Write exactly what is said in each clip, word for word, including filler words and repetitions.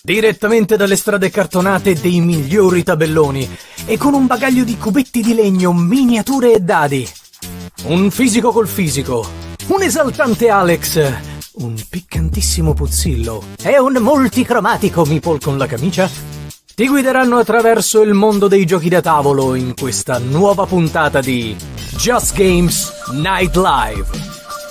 Direttamente dalle strade cartonate dei migliori tabelloni e con un bagaglio di cubetti di legno, miniature e dadi. Un fisico col fisico, un esaltante Alex, un piccantissimo Puzzillo e un multicromatico Meeple con la camicia ti guideranno attraverso il mondo dei giochi da tavolo in questa nuova puntata di Just Games Night Live.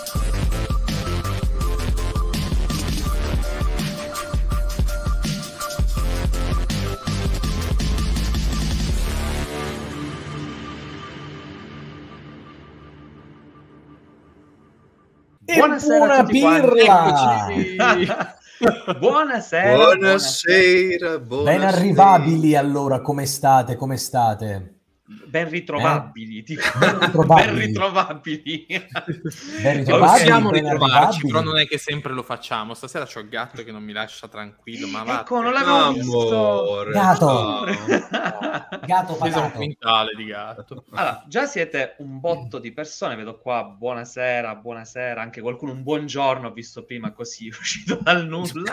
Buonasera una a tutti pirla! Buonasera, Buonasera, buonasera. buonasera. Ben arrivabili allora, come state? Come state? Ben ritrovabili, Eh? dico. Ben ritrovabili. Ben ritrovabili. Ben ritrovabili, Possiamo ben ritrovarci, arrivabili. però non è che sempre lo facciamo. Stasera c'ho il gatto che non mi lascia tranquillo, ma va. Ecco, non l'avevo visto. Amore. Gatto. ciao. Gatto Ho preso un patato. quintale di gatto. Allora, già siete un botto di persone, vedo qua, buonasera, buonasera, anche qualcuno un buongiorno, ho visto prima così, uscito dal nulla.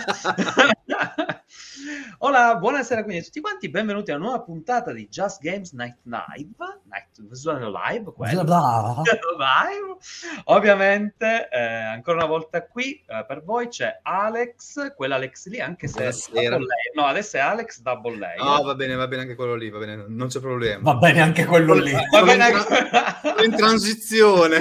Hola, buonasera quindi a tutti quanti, benvenuti a una nuova puntata di Just Games Night Live, Night Live, quello. Bla bla. Live. Ovviamente, eh, ancora una volta qui eh, per voi c'è Alex, quell'Alex lì, anche se Buonasera. double layer. No, adesso è Alex double layer. No, va bene, va bene anche quello lì, va bene, non c'è problema. Va bene anche quello lì. Va bene Sono in anche- tra- sono in transizione.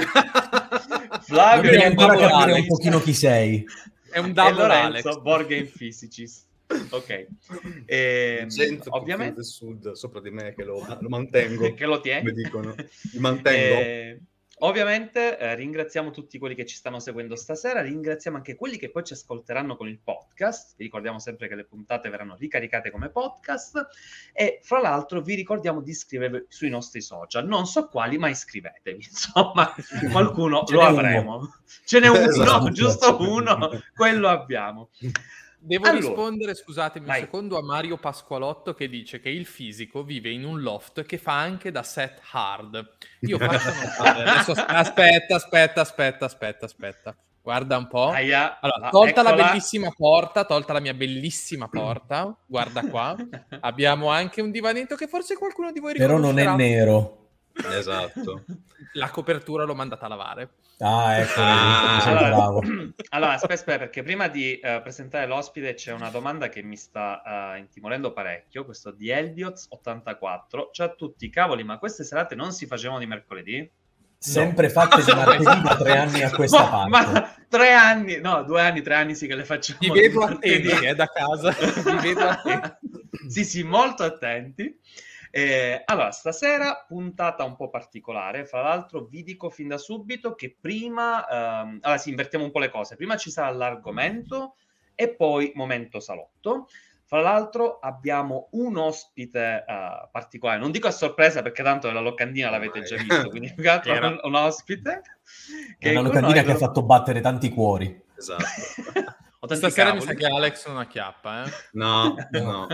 Flavio Devi è ancora double capire Alex. un pochino chi sei. È un e double Lorenzo, Alex. board game physicist. Ok. Ehm, Gente ovviamente del sud sopra di me che lo, lo mantengo, che lo tieni. come dicono. Li mantengo. Eh, ovviamente eh, ringraziamo tutti quelli che ci stanno seguendo stasera, ringraziamo anche quelli che poi ci ascolteranno con il podcast. Vi ricordiamo sempre che le puntate verranno ricaricate come podcast e fra l'altro vi ricordiamo di iscrivervi sui nostri social, non so quali, ma iscrivetevi, insomma qualcuno Ce lo n'è avremo. Ce n'è uno, Esatto. giusto uno, quello abbiamo. Devo Allora, rispondere, scusatemi vai. un secondo, a Mario Pasqualotto che dice che il fisico vive in un loft che fa anche da set hard. Io faccio notare, adesso aspetta, aspetta, aspetta, aspetta, aspetta. Guarda un po'. Aia, Allora, la- tolta la eccola. bellissima porta, tolta la mia bellissima porta, guarda qua. Abbiamo anche un divanetto che forse qualcuno di voi Però non è riconoscerà. nero. Esatto. La copertura l'ho mandata a lavare. Ah, ecco, Ah, sei Allora, bravo. allora, aspetta, aspetta, perché prima di eh, presentare l'ospite c'è una domanda che mi sta eh, intimorendo parecchio, questo di Eldioz ottantaquattro. Ciao a tutti, cavoli, ma queste serate non si facevano di mercoledì? Sempre fatte di martedì da tre anni a questa Ma- parte. Ma tre anni, no, due anni, tre anni sì che le facciamo. Vi di vedo attenti, martedì. eh, da casa. Vi vedo attenti. Sì, sì, molto attenti. Eh, allora, stasera puntata un po' particolare. Fra l'altro, vi dico fin da subito che prima, ehm, allora sì, invertiamo un po' le cose. Prima ci sarà l'argomento e poi momento salotto. Fra l'altro, abbiamo un ospite eh, particolare. Non dico a sorpresa perché tanto la locandina l'avete già visto, quindi più che altro Era. un, un ospite È una con locandina noi che ha per- fatto battere tanti cuori. Esatto. Ho tanti Stasera mi cavoli. sa che Alex non acchiappa, eh. No, no.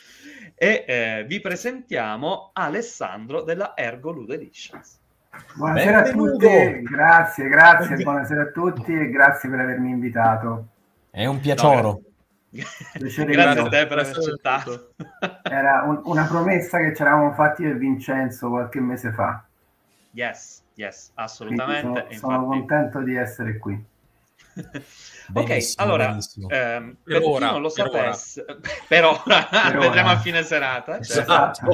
E eh, vi presentiamo Alessandro della Ergo Ludo Editions. Buonasera Benvenuto. a tutti, grazie, grazie, buonasera a tutti e grazie per avermi invitato. È un piacoro. Piacere Grazie a mio. te per aver Grazie per accettato. Era un- una promessa che ci eravamo fatti io e Vincenzo qualche mese fa. Yes, yes, Quindi assolutamente. sono, E sono infatti- contento di essere qui. Ok, Benissimo, allora, benissimo. ehm, Per per chi ora, non lo per ora. sapesse, per ora, Per vedremo ora. a fine serata. cioè. Esatto.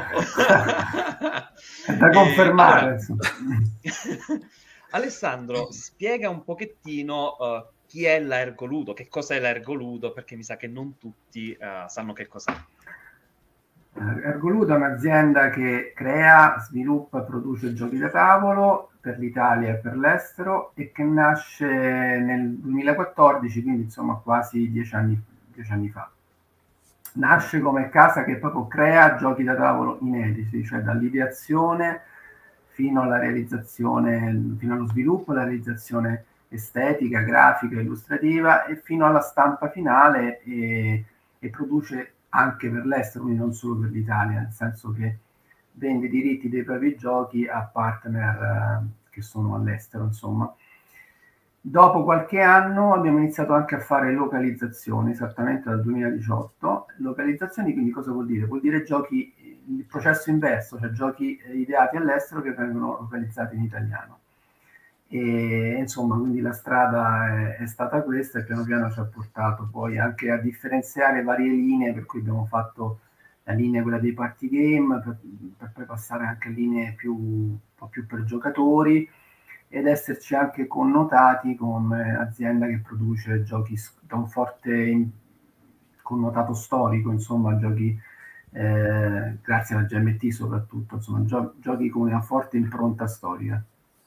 È da confermare, allora, insomma. Alessandro, spiega un pochettino eh, chi è l'Ergoludo, che cos'è l'Ergoludo, perché mi sa che non tutti eh, sanno che cos'è. Ergoludo è un'azienda che crea, sviluppa e produce giochi da tavolo per l'Italia e per l'estero e che nasce nel duemilaquattordici, quindi insomma quasi dieci anni, dieci anni fa. Nasce come casa che proprio crea giochi da tavolo inediti, cioè dall'ideazione fino alla realizzazione, fino allo sviluppo, alla realizzazione estetica, grafica, illustrativa e fino alla stampa finale e, e produce anche per l'estero, quindi non solo per l'Italia, nel senso che vende i diritti dei propri giochi a partner eh, che sono all'estero, insomma. Dopo qualche anno abbiamo iniziato anche a fare localizzazioni, esattamente dal duemiladiciotto. Localizzazioni quindi cosa vuol dire? Vuol dire giochi, il processo inverso, cioè giochi ideati all'estero che vengono localizzati in italiano. E insomma, quindi la strada è, è stata questa e piano piano ci ha portato poi anche a differenziare varie linee, per cui abbiamo fatto la linea quella dei party game, per, per poi passare anche a linee più, un po' più per giocatori, ed esserci anche connotati come azienda che produce giochi da un forte connotato storico, insomma giochi eh, grazie alla G M T soprattutto, insomma gio- giochi con una forte impronta storica.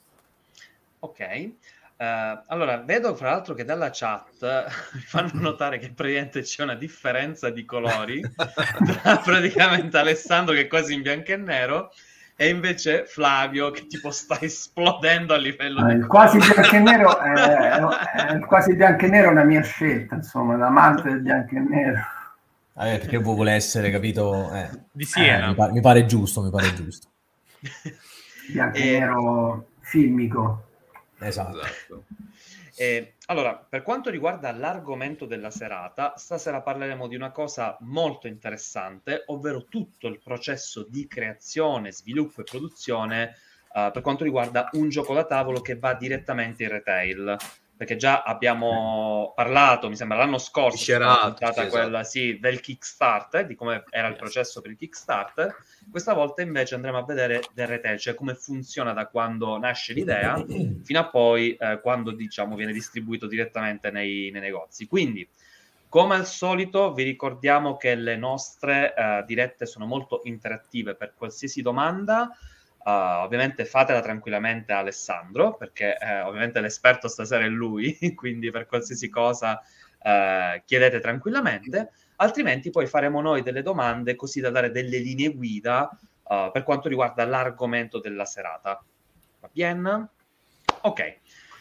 Ok, uh, allora vedo fra l'altro che dalla chat mi fanno notare che praticamente c'è una differenza di colori tra praticamente Alessandro che è quasi in bianco e nero e invece Flavio che tipo sta esplodendo a livello ah, di il quasi bianco e nero è, è, il quasi bianco e nero è una mia scelta, insomma, l'amante del bianco e nero. Ah, eh, perché vuole essere, capito? Eh, di Siena. Eh, mi, pare, mi pare giusto, mi pare giusto. Bianco e e... nero filmico. Esatto. Esatto. Eh, allora, per quanto riguarda l'argomento della serata, stasera parleremo di una cosa molto interessante, ovvero tutto il processo di creazione, sviluppo e produzione uh, per quanto riguarda un gioco da tavolo che va direttamente in retail. Perché già abbiamo parlato, mi sembra l'anno scorso, Scerato, puntata sì, quella esatto. sì, del Kickstarter, di come era il processo per il Kickstarter. Questa volta invece andremo a vedere del retail, cioè come funziona da quando nasce l'idea fino a poi eh, quando diciamo viene distribuito direttamente nei, nei negozi. Quindi, come al solito, vi ricordiamo che le nostre eh, dirette sono molto interattive. Per qualsiasi domanda Uh, ovviamente fatela tranquillamente a Alessandro, perché eh, ovviamente l'esperto stasera è lui, quindi per qualsiasi cosa uh, chiedete tranquillamente, altrimenti poi faremo noi delle domande così da dare delle linee guida uh, per quanto riguarda l'argomento della serata. Va bene? Ok.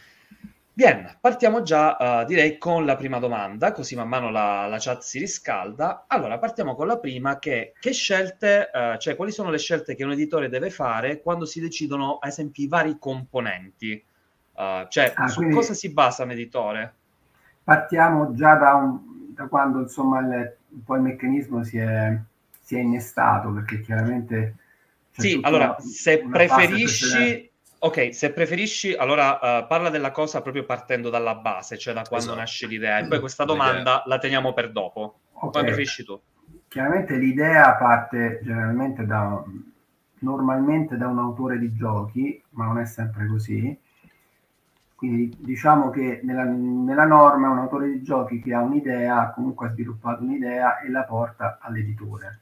Bien, partiamo già uh, direi con la prima domanda, così man mano la, la chat si riscalda. Allora, partiamo con la prima che, che scelte, uh, cioè quali sono le scelte che un editore deve fare quando si decidono, ad esempio, i vari componenti? Uh, cioè, Ah, su quindi cosa si basa un editore? partiamo già da, un, da quando insomma il, un po' il meccanismo si è, si è innestato, perché chiaramente c'è Sì, tutta allora, una, se una fase preferisci... precedente. Ok, se preferisci, allora uh, parla della cosa proprio partendo dalla base, cioè da quando Esatto. nasce l'idea, e poi questa L'idea. domanda la teniamo per dopo. Ok. Come preferisci tu? Chiaramente l'idea parte generalmente da, normalmente da un autore di giochi, ma non è sempre così. Quindi diciamo che nella, nella norma un autore di giochi che ha un'idea, comunque ha sviluppato un'idea e la porta all'editore.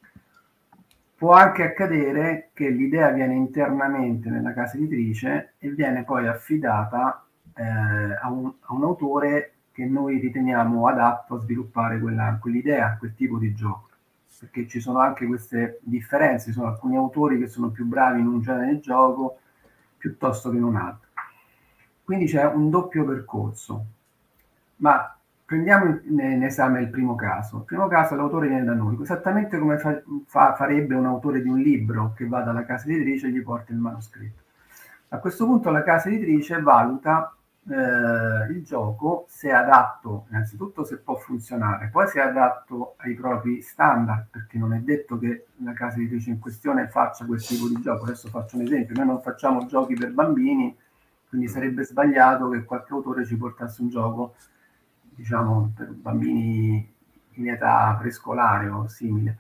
Può anche accadere che l'idea viene internamente nella casa editrice e viene poi affidata eh, a, un, a un autore che noi riteniamo adatto a sviluppare quella, quell'idea, quel tipo di gioco. Perché ci sono anche queste differenze, ci sono alcuni autori che sono più bravi in un genere di gioco piuttosto che in un altro. Quindi c'è un doppio percorso. Ma prendiamo in esame il primo caso. Il primo caso l'autore viene da noi, esattamente come fa, fa, farebbe un autore di un libro che va dalla casa editrice e gli porta il manoscritto. A questo punto la casa editrice valuta eh, il gioco se è adatto, innanzitutto se può funzionare, poi se è adatto ai propri standard, perché non è detto che la casa editrice in questione faccia quel tipo di gioco. Adesso faccio un esempio: noi non facciamo giochi per bambini, quindi sarebbe sbagliato che qualche autore ci portasse un gioco, diciamo, per bambini in età prescolare o simile.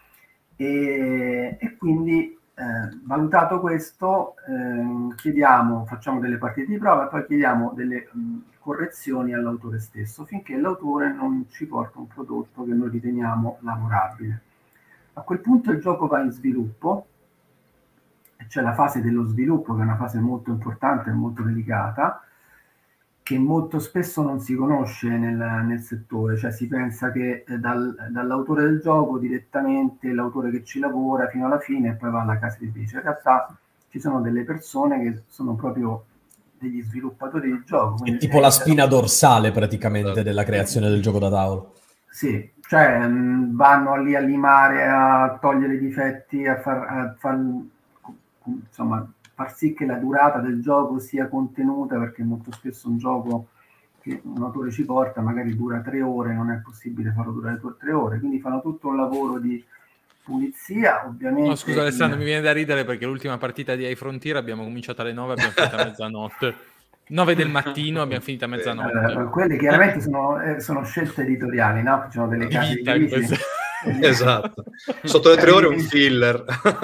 E, e quindi eh, valutato questo, eh, chiediamo, facciamo delle partite di prova e poi chiediamo delle mh, correzioni all'autore stesso, finché l'autore non ci porta un prodotto che noi riteniamo lavorabile. A quel punto il gioco va in sviluppo. C'è la fase dello sviluppo, che è una fase molto importante e molto delicata, che molto spesso non si conosce nel, nel settore, cioè si pensa che eh, dal, dall'autore del gioco direttamente l'autore che ci lavora fino alla fine e poi va alla casa editrice. In realtà ci sono delle persone che sono proprio degli sviluppatori di gioco. È tipo la spina dorsale praticamente della creazione del gioco da tavolo. Sì, cioè mh, vanno lì a limare, a togliere i difetti, a far... A far insomma, far sì che la durata del gioco sia contenuta, perché molto spesso un gioco che un autore ci porta magari dura tre ore, non è possibile farlo durare tre ore, quindi fanno tutto un lavoro di pulizia, ovviamente. No, scusa Alessandro, mi viene da ridere perché l'ultima partita di High Frontier abbiamo cominciato alle nove, abbiamo finito a mezzanotte. nove del mattino, abbiamo finito a mezzanotte. Eh, quelle chiaramente sono, eh, sono scelte editoriali, no? Ci sono delle case Vita, di crisi. Esatto. Sotto le tre ore un filler.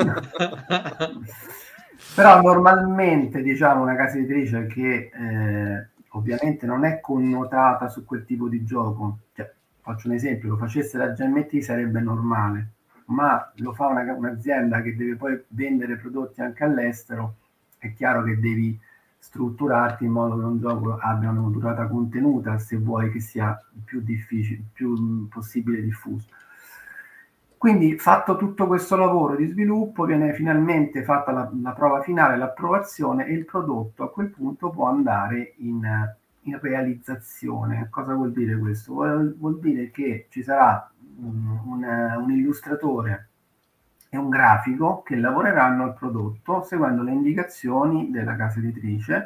Però normalmente, diciamo, una casa editrice che eh, ovviamente non è connotata su quel tipo di gioco, cioè, faccio un esempio, lo facesse la G M T sarebbe normale, ma lo fa una, un'azienda che deve poi vendere prodotti anche all'estero, è chiaro che devi strutturarti in modo che un gioco abbia una durata contenuta, se vuoi che sia più difficile, più possibile diffuso. Quindi, fatto tutto questo lavoro di sviluppo, viene finalmente fatta la, la prova finale, l'approvazione, e il prodotto a quel punto può andare in, in realizzazione. Cosa vuol dire questo? Vuol, vuol dire che ci sarà un, un, un illustratore e un grafico che lavoreranno al prodotto seguendo le indicazioni della casa editrice,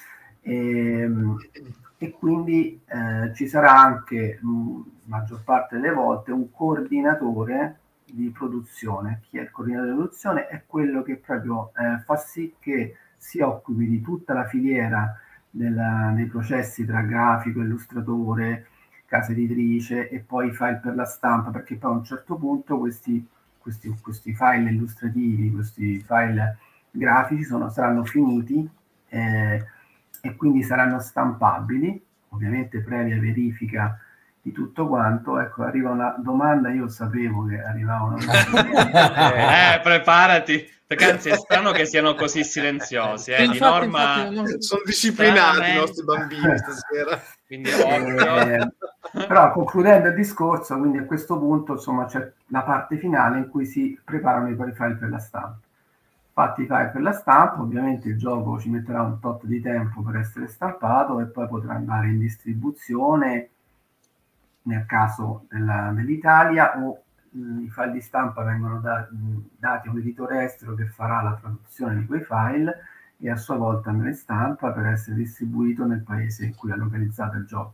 e, e quindi eh, ci sarà anche, mh, maggior parte delle volte, un coordinatore di produzione. Chi è il coordinatore di produzione? È quello che proprio eh, fa sì che si occupi di tutta la filiera della, dei processi tra grafico, illustratore, casa editrice e poi file per la stampa, perché poi a un certo punto questi, questi, questi file illustrativi, questi file grafici sono, saranno finiti eh, e quindi saranno stampabili, ovviamente previa verifica di tutto quanto. Ecco, arriva una domanda, io sapevo che arrivava una domanda. eh, preparati, perché anzi è strano che siano così silenziosi, eh. Di infatti, norma infatti, non... sono disciplinati i nostri bambini stasera. Quindi, eh, però concludendo il discorso, quindi a questo punto insomma c'è la parte finale in cui si preparano i file per la stampa. Fatti i file per la stampa, ovviamente il gioco ci metterà un tot di tempo per essere stampato e poi potrà andare in distribuzione nel caso della, dell'Italia, o mh, i file di stampa vengono da, mh, dati a un editore estero che farà la traduzione di quei file e a sua volta andrà in stampa per essere distribuito nel paese in cui è localizzato il gioco.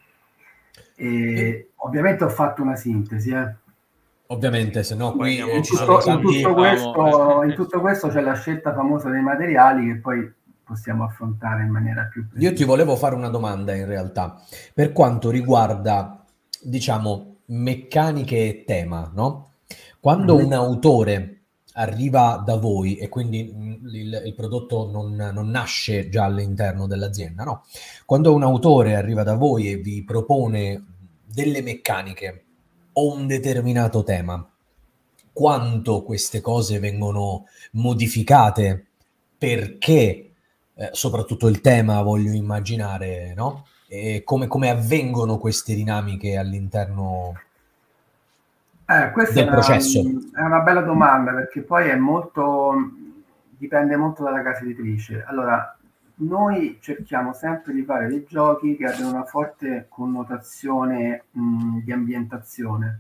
E, e... Ovviamente ho fatto una sintesi, eh. Ovviamente, se no qui in, ci tutto, sono tanti... in, tutto questo, in tutto questo c'è la scelta famosa dei materiali che poi possiamo affrontare in maniera più precisa. Io ti volevo fare una domanda in realtà, per quanto riguarda, diciamo, meccaniche e tema, no? Quando mm-hmm. un autore arriva da voi e quindi il, il prodotto non, non nasce già all'interno dell'azienda, no? Quando un autore arriva da voi e vi propone delle meccaniche o un determinato tema, quanto queste cose vengono modificate, perché eh, soprattutto il tema, voglio immaginare, no? E come, come avvengono queste dinamiche all'interno eh, questa del è una, processo? È una bella domanda, perché poi è molto, dipende molto dalla casa editrice. Allora, noi cerchiamo sempre di fare dei giochi che abbiano una forte connotazione mh, di ambientazione,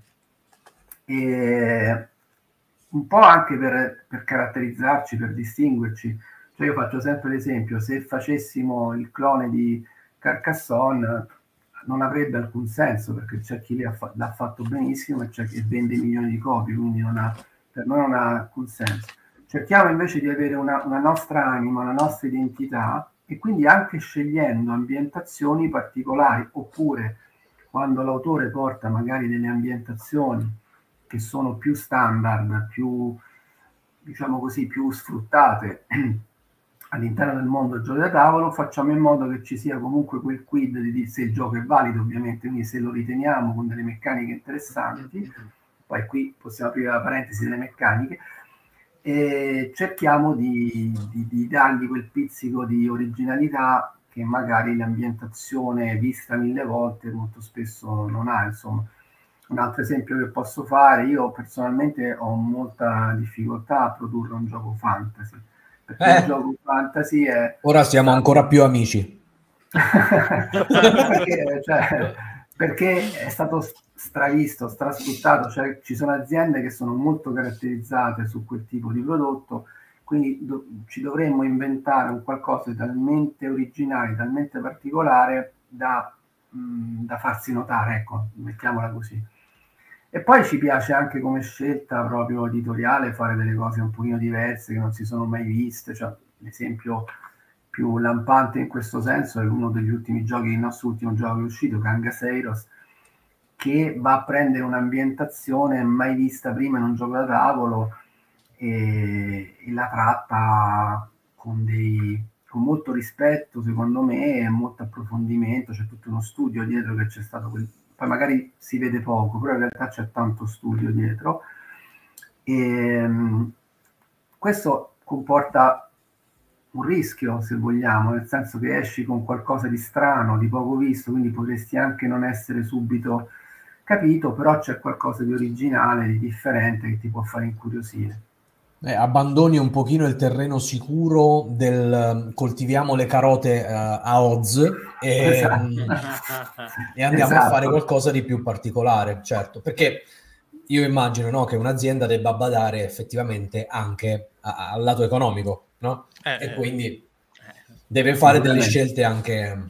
e un po' anche per, per caratterizzarci, per distinguerci. Cioè io faccio sempre l'esempio: se facessimo il clone di Carcassonne non avrebbe alcun senso, perché c'è chi l'ha, fa- l'ha fatto benissimo e c'è chi vende milioni di copie, quindi non ha, per noi non ha alcun senso. Cerchiamo invece di avere una, una nostra anima, una nostra identità, e quindi anche scegliendo ambientazioni particolari, oppure quando l'autore porta magari delle ambientazioni che sono più standard, più, diciamo così, più sfruttate all'interno del mondo del gioco da tavolo, facciamo in modo che ci sia comunque quel quid di se il gioco è valido, ovviamente, quindi se lo riteniamo con delle meccaniche interessanti, poi qui possiamo aprire la parentesi delle meccaniche, e cerchiamo di, di, di dargli quel pizzico di originalità che magari l'ambientazione vista mille volte molto spesso non ha. Insomma, un altro esempio che posso fare: io personalmente ho molta difficoltà a produrre un gioco fantasy, perché eh, il gioco fantasy è... Ora siamo ancora più amici. perché, cioè, perché è stato stravisto, strasfruttato, cioè ci sono aziende che sono molto caratterizzate su quel tipo di prodotto quindi do- ci dovremmo inventare un qualcosa di talmente originale, talmente particolare da, mh, da farsi notare, ecco, mettiamola così. E poi ci piace anche come scelta proprio editoriale fare delle cose un pochino diverse che non si sono mai viste, cioè l'esempio più lampante in questo senso è uno degli ultimi giochi, il nostro ultimo gioco che è uscito, Gangaseiros, che va a prendere un'ambientazione mai vista prima in un gioco da tavolo e, e la tratta con, dei, con molto rispetto, secondo me, e molto approfondimento. C'è tutto uno studio dietro che c'è stato, quel, poi magari si vede poco, però in realtà c'è tanto studio dietro. E, questo comporta un rischio, se vogliamo, nel senso che esci con qualcosa di strano, di poco visto, quindi potresti anche non essere subito capito, però c'è qualcosa di originale, di differente che ti può fare incuriosire. Eh, abbandoni un pochino il terreno sicuro del um, coltiviamo le carote uh, a Oz e, Esatto. um, e andiamo Esatto. a fare qualcosa di più particolare, certo, perché io immagino, no, che un'azienda debba badare effettivamente anche a- al lato economico, no? Eh, E eh. quindi deve fare delle Sicuramente. scelte anche...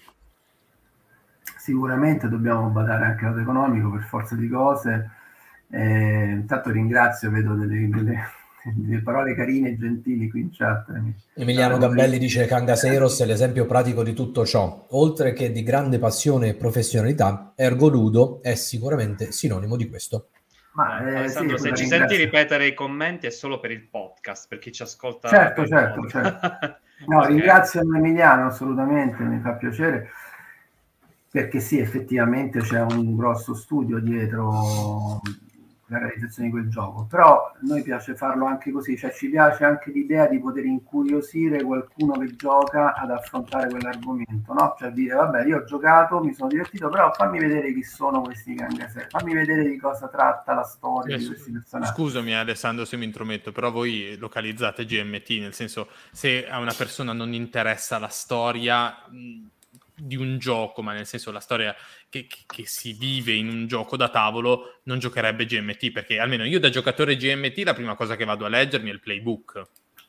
Sicuramente dobbiamo badare anche al lato economico per forza di cose. Eh, intanto ringrazio, vedo delle, delle, delle parole carine e gentili qui in chat. Emiliano Ah, Gambelli sì. dice che Gangaseiros è l'esempio pratico di tutto ciò, oltre che di grande passione e professionalità, Ergo Ludo è sicuramente sinonimo di questo. Ma, Eh, eh, Alessandro, sì, se ci ringrazio. senti ripetere i commenti è solo per il podcast, per chi ci ascolta. Certo, per certo, il certo. No, Ok. ringrazio Emiliano, assolutamente, mi fa piacere, perché sì, effettivamente c'è un grosso studio dietro la realizzazione di quel gioco, però a noi piace farlo anche così, cioè ci piace anche l'idea di poter incuriosire qualcuno che gioca ad affrontare quell'argomento, no? Cioè dire, vabbè, io ho giocato, mi sono divertito, però fammi vedere chi sono questi Gangasei, fammi vedere di cosa tratta la storia Eh, di s- questi personaggi. Scusami Alessandro se mi intrometto, però voi localizzate G M T, nel senso, se a una persona non interessa la storia mh, di un gioco, ma nel senso la storia che, che- che si vive in un gioco da tavolo, non giocherebbe G M T, perché almeno io da giocatore G M T la prima cosa che vado a leggermi è il playbook.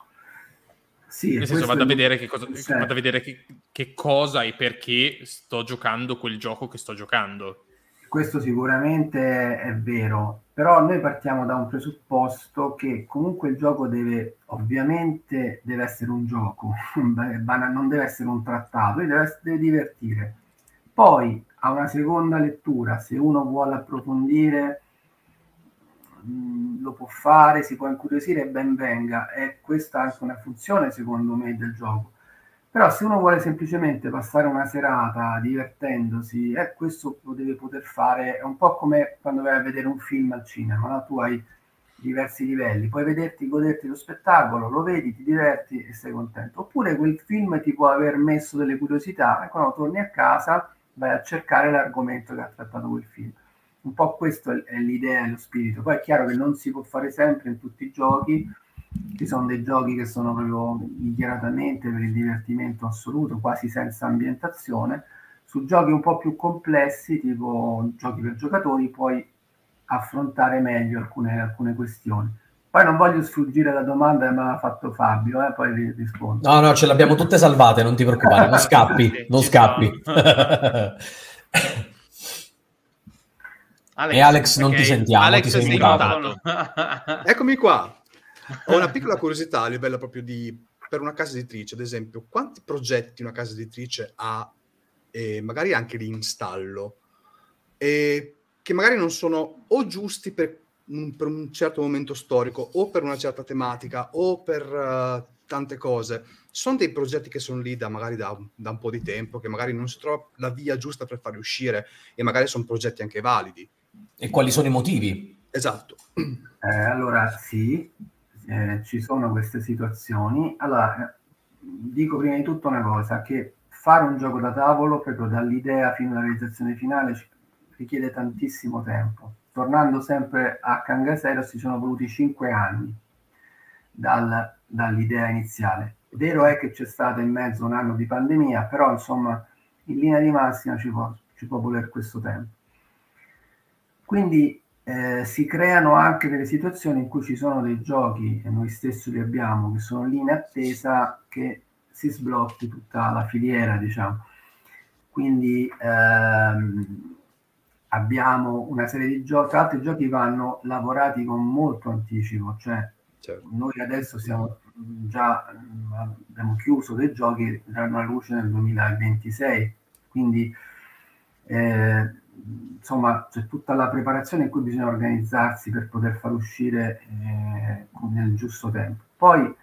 Sì, Nel senso, questo vado a è- vedere, che cosa, sì. vado a vedere che, che cosa e perché sto giocando quel gioco che sto giocando. Questo sicuramente è vero, però noi partiamo da un presupposto che comunque il gioco deve, ovviamente, deve essere un gioco, non deve essere un trattato, deve, deve divertire. Poi, a una seconda lettura, se uno vuole approfondire, mh, lo può fare, si può incuriosire e ben venga, e questa è anche una funzione, secondo me, del gioco. Però se uno vuole semplicemente passare una serata divertendosi, eh, questo lo deve poter fare, è un po' come quando vai a vedere un film al cinema, no? Tu hai diversi livelli, puoi vederti, goderti lo spettacolo, lo vedi, ti diverti e sei contento. Oppure quel film ti può aver messo delle curiosità e quando torni a casa vai a cercare l'argomento che ha trattato quel film. Un po' questo è, è l'idea e lo spirito. Poi è chiaro che non si può fare sempre in tutti i giochi. Ci sono dei giochi che sono proprio dichiaratamente per il divertimento assoluto, quasi senza ambientazione. Su giochi un po' più complessi, tipo giochi per giocatori, puoi affrontare meglio alcune, alcune questioni. Poi non voglio sfuggire la domanda che mi ha fatto Fabio, eh, poi vi rispondo. No, no, ce le abbiamo tutte salvate, non ti preoccupare, non scappi, Sì, non ci scappi. Alex, E Alex, non ok. ti sentiamo, Alex ti sei sei mutato. mutato. Eccomi qua. Ho una piccola curiosità a livello proprio di, per una casa editrice, ad esempio, quanti progetti una casa editrice ha, e magari anche di installo, e che magari non sono o giusti per un, per un certo momento storico, o per una certa tematica, o per uh, tante cose. Sono dei progetti che sono lì da magari da, da un po' di tempo, che magari non si trova la via giusta per farli uscire, e magari sono progetti anche validi. E quali sono i motivi? Esatto. Eh, allora sì, eh, ci sono queste situazioni. Allora, eh, dico prima di tutto una cosa, che fare un gioco da tavolo, proprio dall'idea fino alla realizzazione finale, ci richiede tantissimo tempo. Tornando sempre a Gangaseiros, ci sono voluti cinque anni dal, dall'idea iniziale. Vero è che c'è stato in mezzo un anno di pandemia, però insomma in linea di massima ci può, ci può voler questo tempo. Quindi eh, si creano anche delle situazioni in cui ci sono dei giochi, e noi stessi li abbiamo, che sono lì in attesa che si sblocchi tutta la filiera, diciamo. Quindi ehm, abbiamo una serie di giochi, tra l'altro i giochi vanno lavorati con molto anticipo, cioè certo. Noi adesso siamo già, abbiamo chiuso dei giochi che daranno alla luce nel duemilaventisei, quindi eh, insomma c'è tutta la preparazione in cui bisogna organizzarsi per poter far uscire eh, nel giusto tempo. Poi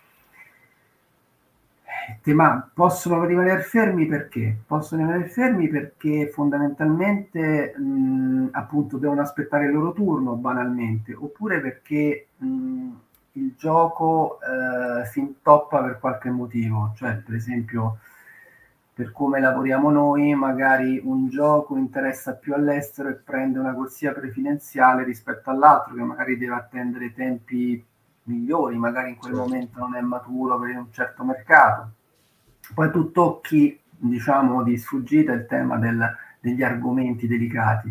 tema, possono rimanere fermi perché? Possono rimanere fermi perché fondamentalmente mh, appunto devono aspettare il loro turno banalmente, oppure perché mh, il gioco eh, si intoppa per qualche motivo, cioè per esempio per come lavoriamo noi magari un gioco interessa più all'estero e prende una corsia preferenziale rispetto all'altro che magari deve attendere tempi migliori, magari in quel certo. momento non è maturo per un certo mercato. Poi tu tocchi, diciamo, di sfuggita il tema del, degli argomenti delicati.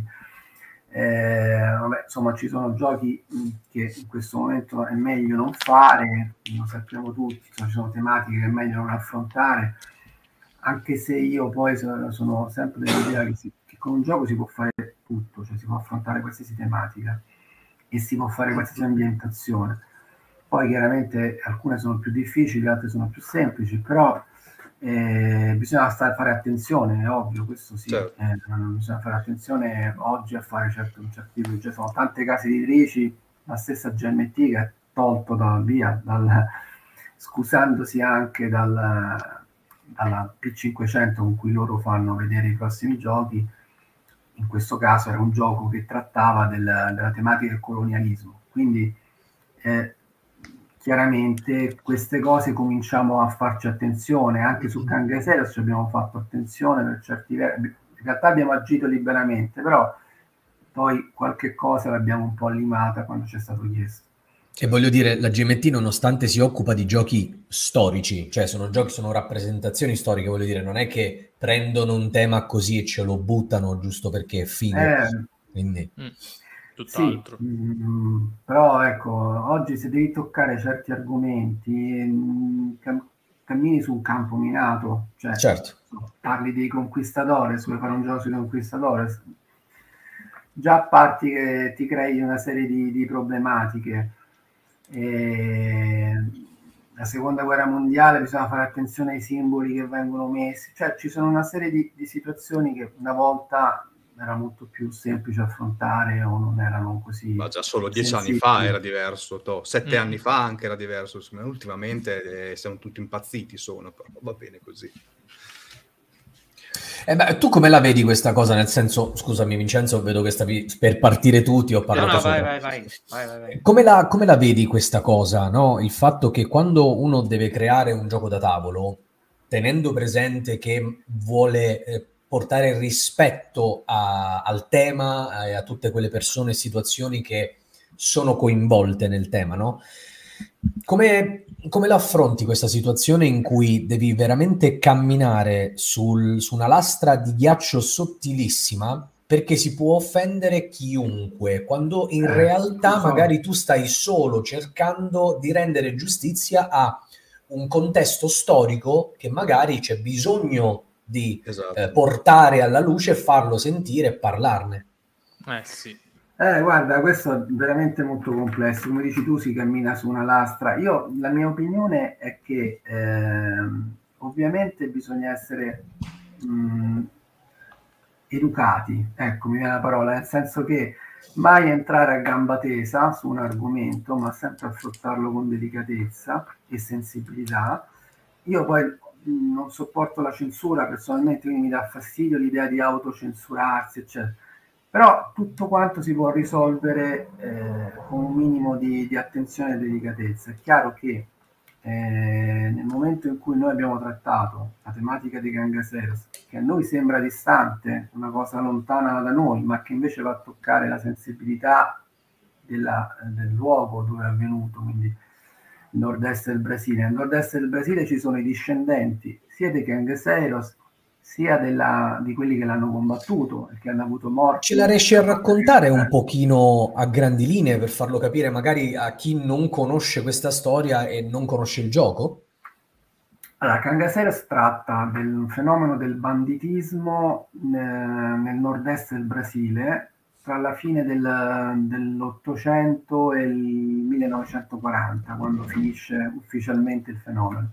Eh, vabbè, insomma, ci sono giochi che in questo momento è meglio non fare, lo sappiamo tutti, insomma, ci sono tematiche che è meglio non affrontare, anche se io poi sono, sono sempre dell'idea che, si, che con un gioco si può fare tutto, cioè si può affrontare qualsiasi tematica e si può fare qualsiasi ambientazione. Poi chiaramente alcune sono più difficili, altre sono più semplici, però eh, bisogna stare, fare attenzione, è ovvio, questo sì, certo. eh, bisogna fare attenzione oggi a fare certo, un certo tipo di gioco. Sono tante case editrici, la stessa G M T che è tolto da, via, dal, scusandosi anche dal, dalla P cinquecento con cui loro fanno vedere i prossimi giochi. In questo caso era un gioco che trattava del, della tematica del colonialismo, quindi eh, chiaramente queste cose cominciamo a farci attenzione, anche su Kangaseros ci abbiamo fatto attenzione per certi versi, in realtà abbiamo agito liberamente, però poi qualche cosa l'abbiamo un po' limata quando ci è stato chiesto. E voglio dire, la G M T nonostante si occupa di giochi storici, cioè sono giochi, sono rappresentazioni storiche, voglio dire, non è che prendono un tema così e ce lo buttano giusto perché è figo. Eh, Quindi... Mm. Tutt'altro. Sì, mh, però ecco, oggi se devi toccare certi argomenti mh, cam- cammini su un campo minato, cioè certo. parli dei conquistadores, vuoi fare un gioco sui conquistadores, già parti che ti crei una serie di, di problematiche. E la seconda guerra mondiale bisogna fare attenzione ai simboli che vengono messi, cioè ci sono una serie di, di situazioni che una volta era molto più semplice affrontare o non erano così. Ma già solo dieci sensibili. anni fa era diverso, to. sette Mm. anni fa anche era diverso, insomma, ultimamente eh, siamo tutti impazziti, sono, però va bene così. Eh beh, tu come la vedi questa cosa? Nel senso, scusami Vincenzo, vedo che stavi per partire tu, ti ho parlato no, no, sopra. vai, vai, vai, vai, vai, vai. Come la, come la vedi questa cosa, no? Il fatto che quando uno deve creare un gioco da tavolo, tenendo presente che vuole eh, portare rispetto a, al tema e a tutte quelle persone e situazioni che sono coinvolte nel tema, no? Come, come la affronti questa situazione in cui devi veramente camminare sul, su una lastra di ghiaccio sottilissima perché si può offendere chiunque, quando in Eh, realtà so. magari tu stai solo cercando di rendere giustizia a un contesto storico che magari c'è bisogno di Esatto. eh, portare alla luce e farlo sentire e parlarne. Eh sì. Eh, guarda, questo è veramente molto complesso. Come dici tu, si cammina su una lastra. Io, la mia opinione è che ehm, ovviamente bisogna essere mh, educati, ecco, mi viene la parola, nel senso che mai entrare a gamba tesa su un argomento, ma sempre affrontarlo con delicatezza e sensibilità. Io poi mh, non sopporto la censura personalmente, quindi mi dà fastidio l'idea di autocensurarsi, eccetera. Però tutto quanto si può risolvere eh, con un minimo di, di attenzione e delicatezza. È chiaro che eh, nel momento in cui noi abbiamo trattato la tematica di Kangaseros, che a noi sembra distante, una cosa lontana da noi, ma che invece va a toccare la sensibilità della, del luogo dove è avvenuto, quindi il nord-est del Brasile. Nel nord-est del Brasile ci sono i discendenti sia dei Kangaseros sia della, di quelli che l'hanno combattuto e che hanno avuto morti. Ce la riesci a raccontare un pochino a grandi linee per farlo capire magari a chi non conosce questa storia e non conosce il gioco? Allora, Cangaceres tratta del fenomeno del banditismo nel, nel nord-est del Brasile tra la fine del, dell'Ottocento e il millenovecentoquaranta, quando finisce ufficialmente il fenomeno.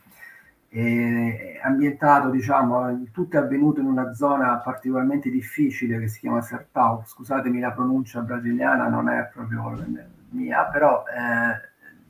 È ambientato, diciamo, tutto è avvenuto in una zona particolarmente difficile che si chiama Sertão. Scusatemi la pronuncia brasiliana, non è proprio mia, però eh,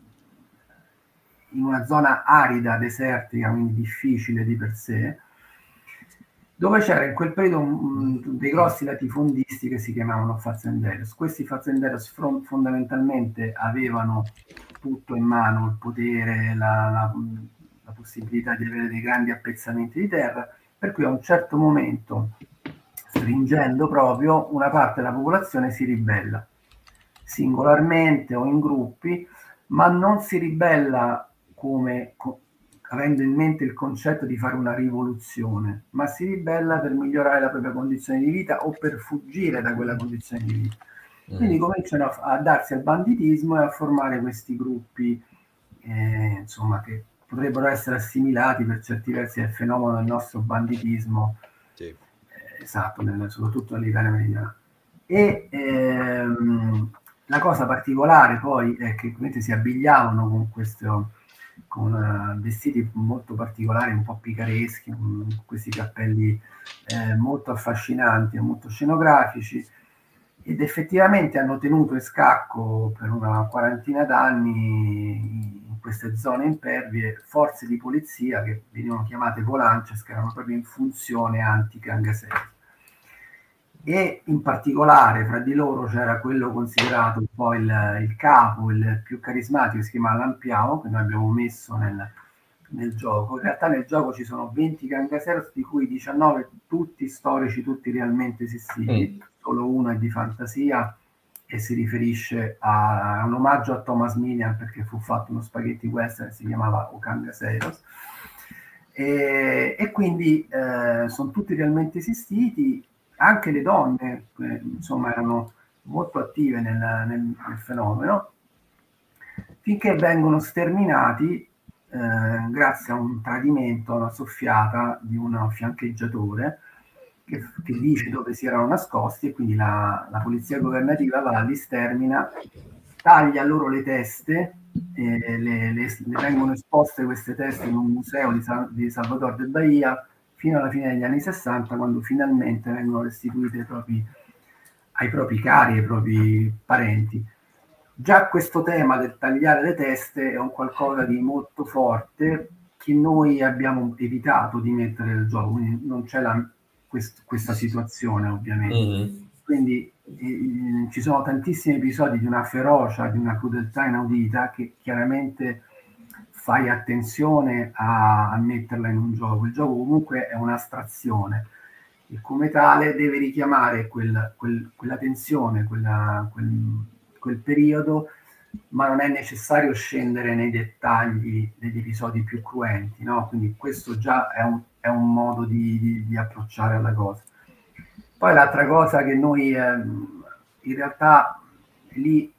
in una zona arida, desertica, quindi difficile di per sé, dove c'era in quel periodo um, dei grossi latifondisti che si chiamavano fazenderos. Questi fazenderos fron- fondamentalmente avevano tutto in mano, il potere, la, la, la possibilità di avere dei grandi appezzamenti di terra, per cui a un certo momento, stringendo proprio, una parte della popolazione si ribella, singolarmente o in gruppi, ma non si ribella come co- avendo in mente il concetto di fare una rivoluzione, ma si ribella per migliorare la propria condizione di vita o per fuggire da quella condizione di vita. Quindi mm. cominciano a, a darsi al banditismo e a formare questi gruppi, eh, insomma, che potrebbero essere assimilati per certi versi al fenomeno del nostro banditismo, sì. eh, esatto, nel, soprattutto nell'Italia meridionale. E ehm, la cosa particolare poi è che si abbigliavano con questo con uh, vestiti molto particolari, un po' picareschi, con questi cappelli eh, molto affascinanti e molto scenografici, ed effettivamente hanno tenuto in scacco per una quarantina d'anni in queste zone impervie forze di polizia che venivano chiamate volances, che erano proprio in funzione anti-Cangaceres. E in particolare fra di loro c'era quello considerato un po' il, il capo, il più carismatico, che si chiama Lampiao, che noi abbiamo messo nel, nel gioco. In realtà nel gioco ci sono venti Cangaceros, di cui diciannove tutti storici, tutti realmente esistiti, mm. solo uno è di fantasia e si riferisce a, a un omaggio a Thomas Milian, perché fu fatto uno spaghetti western che si chiamava O Cangaceros. E, e quindi eh, sono tutti realmente esistiti. Anche le donne, eh, insomma, erano molto attive nel, nel, nel fenomeno, finché vengono sterminati eh, grazie a un tradimento, a una soffiata di un fiancheggiatore che, che dice dove si erano nascosti, e quindi la, la polizia governativa va, li stermina, taglia loro le teste, eh, le, le, le vengono esposte queste teste in un museo di, San, di Salvador de Bahia, fino alla fine degli anni sessanta, quando finalmente vengono restituite ai propri, ai propri cari, ai propri parenti. Già questo tema del tagliare le teste è un qualcosa di molto forte che noi abbiamo evitato di mettere nel gioco, quindi non c'è la, quest, questa situazione ovviamente. Mm-hmm. Quindi eh, ci sono tantissimi episodi di una ferocia, di una crudeltà inaudita che chiaramente fai attenzione a, a metterla in un gioco. Il gioco comunque è un'astrazione e come tale deve richiamare quel, quel, quella tensione, quella, quel, quel periodo, ma non è necessario scendere nei dettagli degli episodi più cruenti, no? Quindi questo già è un, è un modo di, di, di approcciare alla cosa. Poi l'altra cosa che noi eh, in realtà lì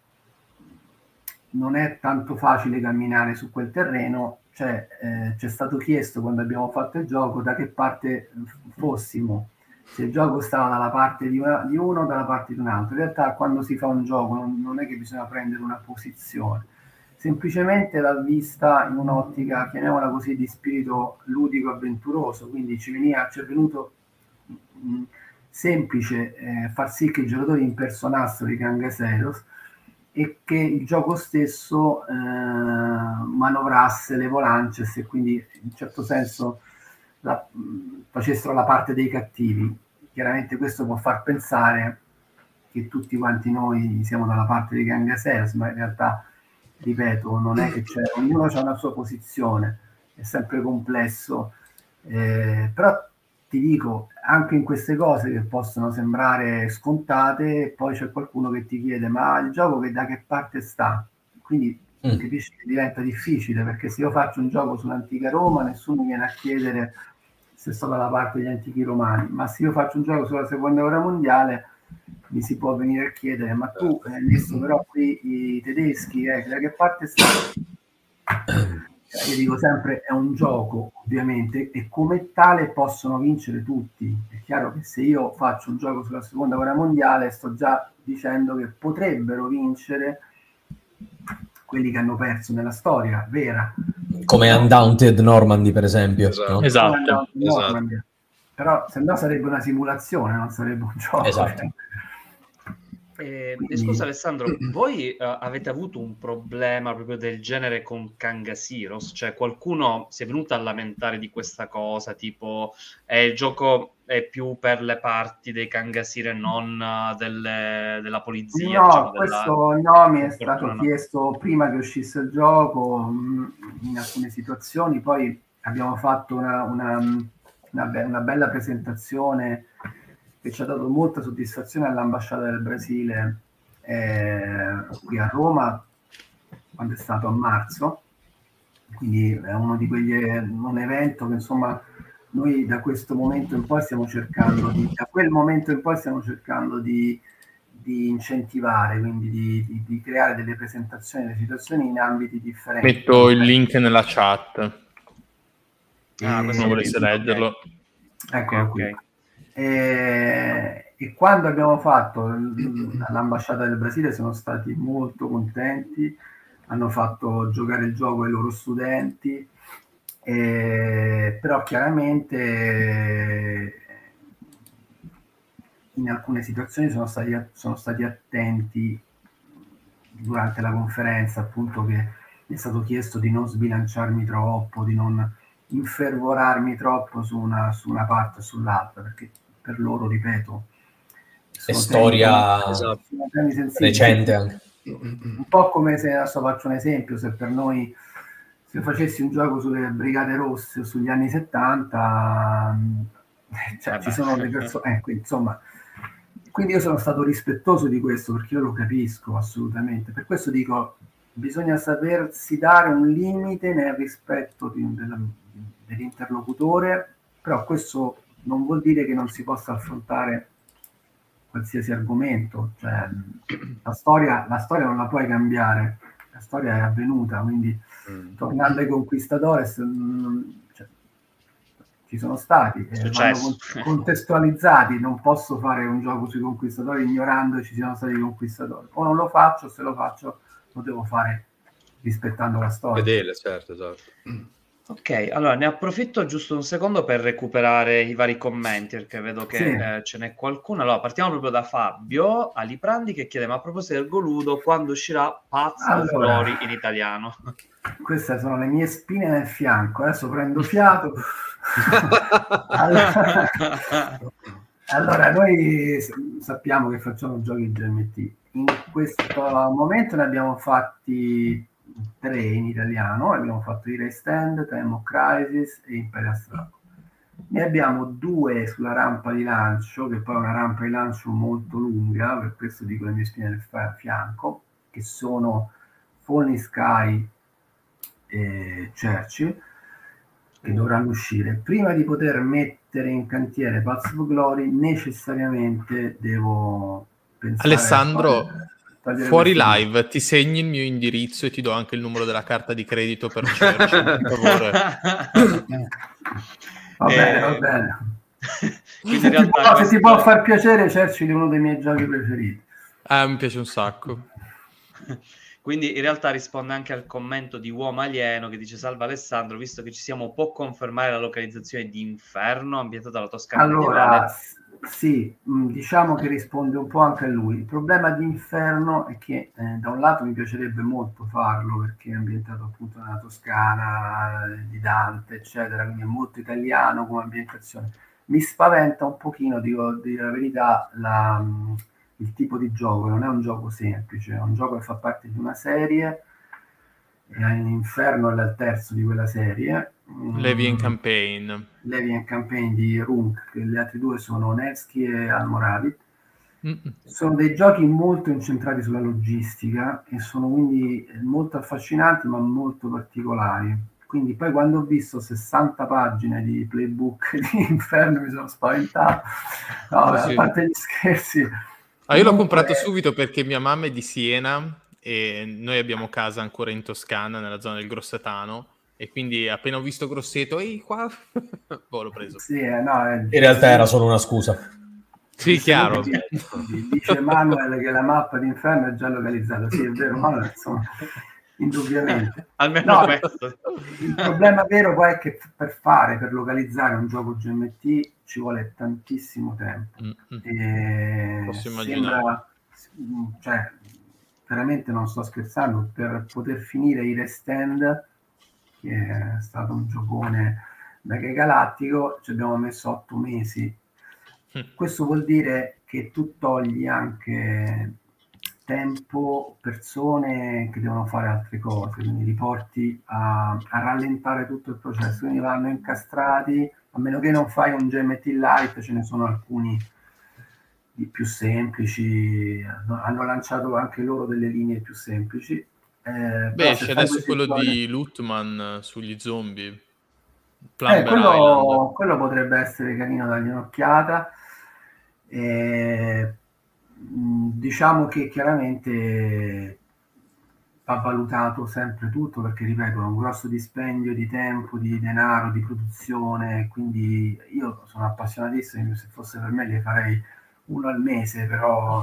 non è tanto facile camminare su quel terreno, cioè eh, ci è stato chiesto quando abbiamo fatto il gioco da che parte fossimo, se il gioco stava dalla parte di, una, di uno o dalla parte di un altro. In realtà quando si fa un gioco non, non è che bisogna prendere una posizione, semplicemente va vista in un'ottica, chiamiamola così, di spirito ludico avventuroso, quindi ci, veniva, ci è venuto mh, semplice eh, far sì che i giocatori impersonassero i Cangaceros e che il gioco stesso eh, manovrasse le volances e quindi in un certo senso la, facessero la parte dei cattivi. Chiaramente questo può far pensare che tutti quanti noi siamo dalla parte dei Cangaceros, ma in realtà, ripeto, non è che c'è, ognuno ha una sua posizione, è sempre complesso, eh, però ti dico, anche in queste cose che possono sembrare scontate, poi c'è qualcuno che ti chiede ma il gioco che da che parte sta? Quindi mm. capisci che diventa difficile, perché se io faccio un gioco sull'antica Roma nessuno viene a chiedere se sto dalla parte degli antichi romani, ma se io faccio un gioco sulla seconda guerra mondiale mi si può venire a chiedere, ma tu hai visto però qui i tedeschi, eh, da che parte stai? Io dico sempre, è un gioco ovviamente, e come tale possono vincere tutti. È chiaro che se io faccio un gioco sulla seconda guerra mondiale sto già dicendo che potrebbero vincere quelli che hanno perso nella storia vera, come Undaunted Normandy per esempio, Esatto. no? Esatto. Undaunted Esatto. Normandy. Però se no sarebbe una simulazione, non sarebbe un gioco. Esatto. Cioè. Eh, Quindi- e scusa Alessandro, voi eh, avete avuto un problema proprio del genere con Kangasiros? Cioè qualcuno si è venuto a lamentare di questa cosa, tipo eh, il gioco è più per le parti dei Kangasir e non eh, delle- della polizia? No, diciamo, della- questo no, mi è del stato fortuna- chiesto prima che uscisse il gioco, mh, in alcune situazioni, poi abbiamo fatto una, una, una be- una bella presentazione che ci ha dato molta soddisfazione all'ambasciata del Brasile eh, qui a Roma, quando è stato a marzo, quindi è uno di quegli, un evento che insomma noi da questo momento in poi stiamo cercando di, da quel momento in poi stiamo cercando di di incentivare, quindi di, di, di creare delle presentazioni, delle situazioni in ambiti differenti. Metto il link nella chat, Ah, E- questo se non volesse ok. leggerlo. Eccolo Ok, qui. ok. E, e quando abbiamo fatto l- all'ambasciata del Brasile sono stati molto contenti, hanno fatto giocare il gioco ai loro studenti, e, però chiaramente in alcune situazioni sono stati, sono stati attenti durante la conferenza, appunto, che mi è stato chiesto di non sbilanciarmi troppo, di non infervorarmi troppo su una, su una parte o sull'altra, perché per loro, ripeto, È sono storia temi- Esatto. sono temi sensibili. recente anche. Un po' come se, adesso faccio un esempio, se per noi, se facessi un gioco sulle Brigate Rosse o sugli anni settanta, mh, cioè Vabbè. ci sono le persone, ecco, insomma, quindi io sono stato rispettoso di questo perché io lo capisco assolutamente, per questo dico, bisogna sapersi dare un limite nel rispetto di- della- dell'interlocutore, però questo non vuol dire che non si possa affrontare qualsiasi argomento, cioè la storia, la storia non la puoi cambiare, la storia è avvenuta, quindi Mm. tornando ai Conquistadores, mm, cioè, ci sono stati, eh, Successo. vanno con- contestualizzati, non posso fare un gioco sui Conquistatori ignorando che ci siano stati i Conquistatori, o non lo faccio, se lo faccio lo devo fare rispettando la storia. Fedele, certo, esatto. Ok, allora ne approfitto giusto un secondo per recuperare i vari commenti, perché vedo che Sì. eh, ce n'è qualcuno. Allora, partiamo proprio da Fabio Aliprandi che chiede: ma a proposito del Goludo, quando uscirà Paths of Allora. Glory in italiano? Queste sono le mie spine nel fianco, adesso prendo fiato. allora, allora, noi s- sappiamo che facciamo giochi G M T. In questo momento ne abbiamo fatti tre in italiano, abbiamo fatto Erase Stand, Time of Crisis e Imperial Struggle. Ne abbiamo due sulla rampa di lancio, che poi è una rampa di lancio molto lunga, per questo dico le mie spine nel fa- fianco, che sono Falling Sky e Churchill, che dovranno uscire. Prima di poter mettere in cantiere Paths of Glory necessariamente devo pensare Alessandro, a togliere- togliere fuori questi- live ti segni il mio indirizzo e ti do anche il numero della carta di credito per Churchill, per favore. Va bene, Eh, va bene. Quindi Se in ti, realtà può, se questo- ti può far piacere, Churchill è uno dei miei giochi preferiti. Ah, mi piace un sacco. Quindi in realtà risponde anche al commento di Uomo Alieno che dice: salve Alessandro, visto che ci siamo, può confermare la localizzazione di Inferno ambientato alla Toscana Allora, medievale? s- sì, mh, diciamo che risponde un po' anche a lui. Il problema di Inferno è che eh, da un lato mi piacerebbe molto farlo perché è ambientato appunto nella Toscana, eh, di Dante, eccetera, quindi è molto italiano come ambientazione. Mi spaventa un pochino, dico, dire la verità, la, mh, il tipo di gioco. Non è un gioco semplice, è un gioco che fa parte di una serie, e Inferno è il terzo di quella serie. Levian Mm, Campaign. Levian Campaign di Runk, che gli altri due sono Nevsky e Almoravit. Mm-mm. Sono dei giochi molto incentrati sulla logistica e sono quindi molto affascinanti ma molto particolari. quindi poi quando ho visto sessanta pagine di playbook di Inferno mi sono spaventato. No, Oh, a sì. parte gli scherzi. Ah, io l'ho Comunque- comprato subito perché mia mamma è di Siena e noi abbiamo casa ancora in Toscana, nella zona del Grossetano, e quindi appena ho visto Grosseto, ehi qua, boh, l'ho preso. Sì, eh, no, è- In realtà era solo una scusa. Sì, chiaro. Dice Manuel che la mappa di Inferno è già localizzata. Sì, è vero, Manuel, insomma, indubbiamente. Almeno No, questo. il problema vero poi è che per fare, per localizzare un gioco G M T ci vuole tantissimo tempo. Mm, mm. E Posso immaginare. sembra, cioè, veramente non sto scherzando, per poter finire i Rest-End, che è stato un giocone mega galattico, ci abbiamo messo otto mesi. Questo vuol dire che tu togli anche tempo, persone che devono fare altre cose, quindi li porti a, a rallentare tutto il processo, quindi vanno incastrati, a meno che non fai un G M T Lite, ce ne sono alcuni di più semplici, hanno lanciato anche loro delle linee più semplici. Eh, Beh, esce adesso quello giochi... di Lootman sugli zombie. Eh, quello, quello potrebbe essere carino dargli un'occhiata. Eh, diciamo che chiaramente va valutato sempre tutto, perché ripeto è un grosso dispendio di tempo, di denaro, di produzione, quindi io sono appassionatissimo, se fosse per me li farei uno al mese, però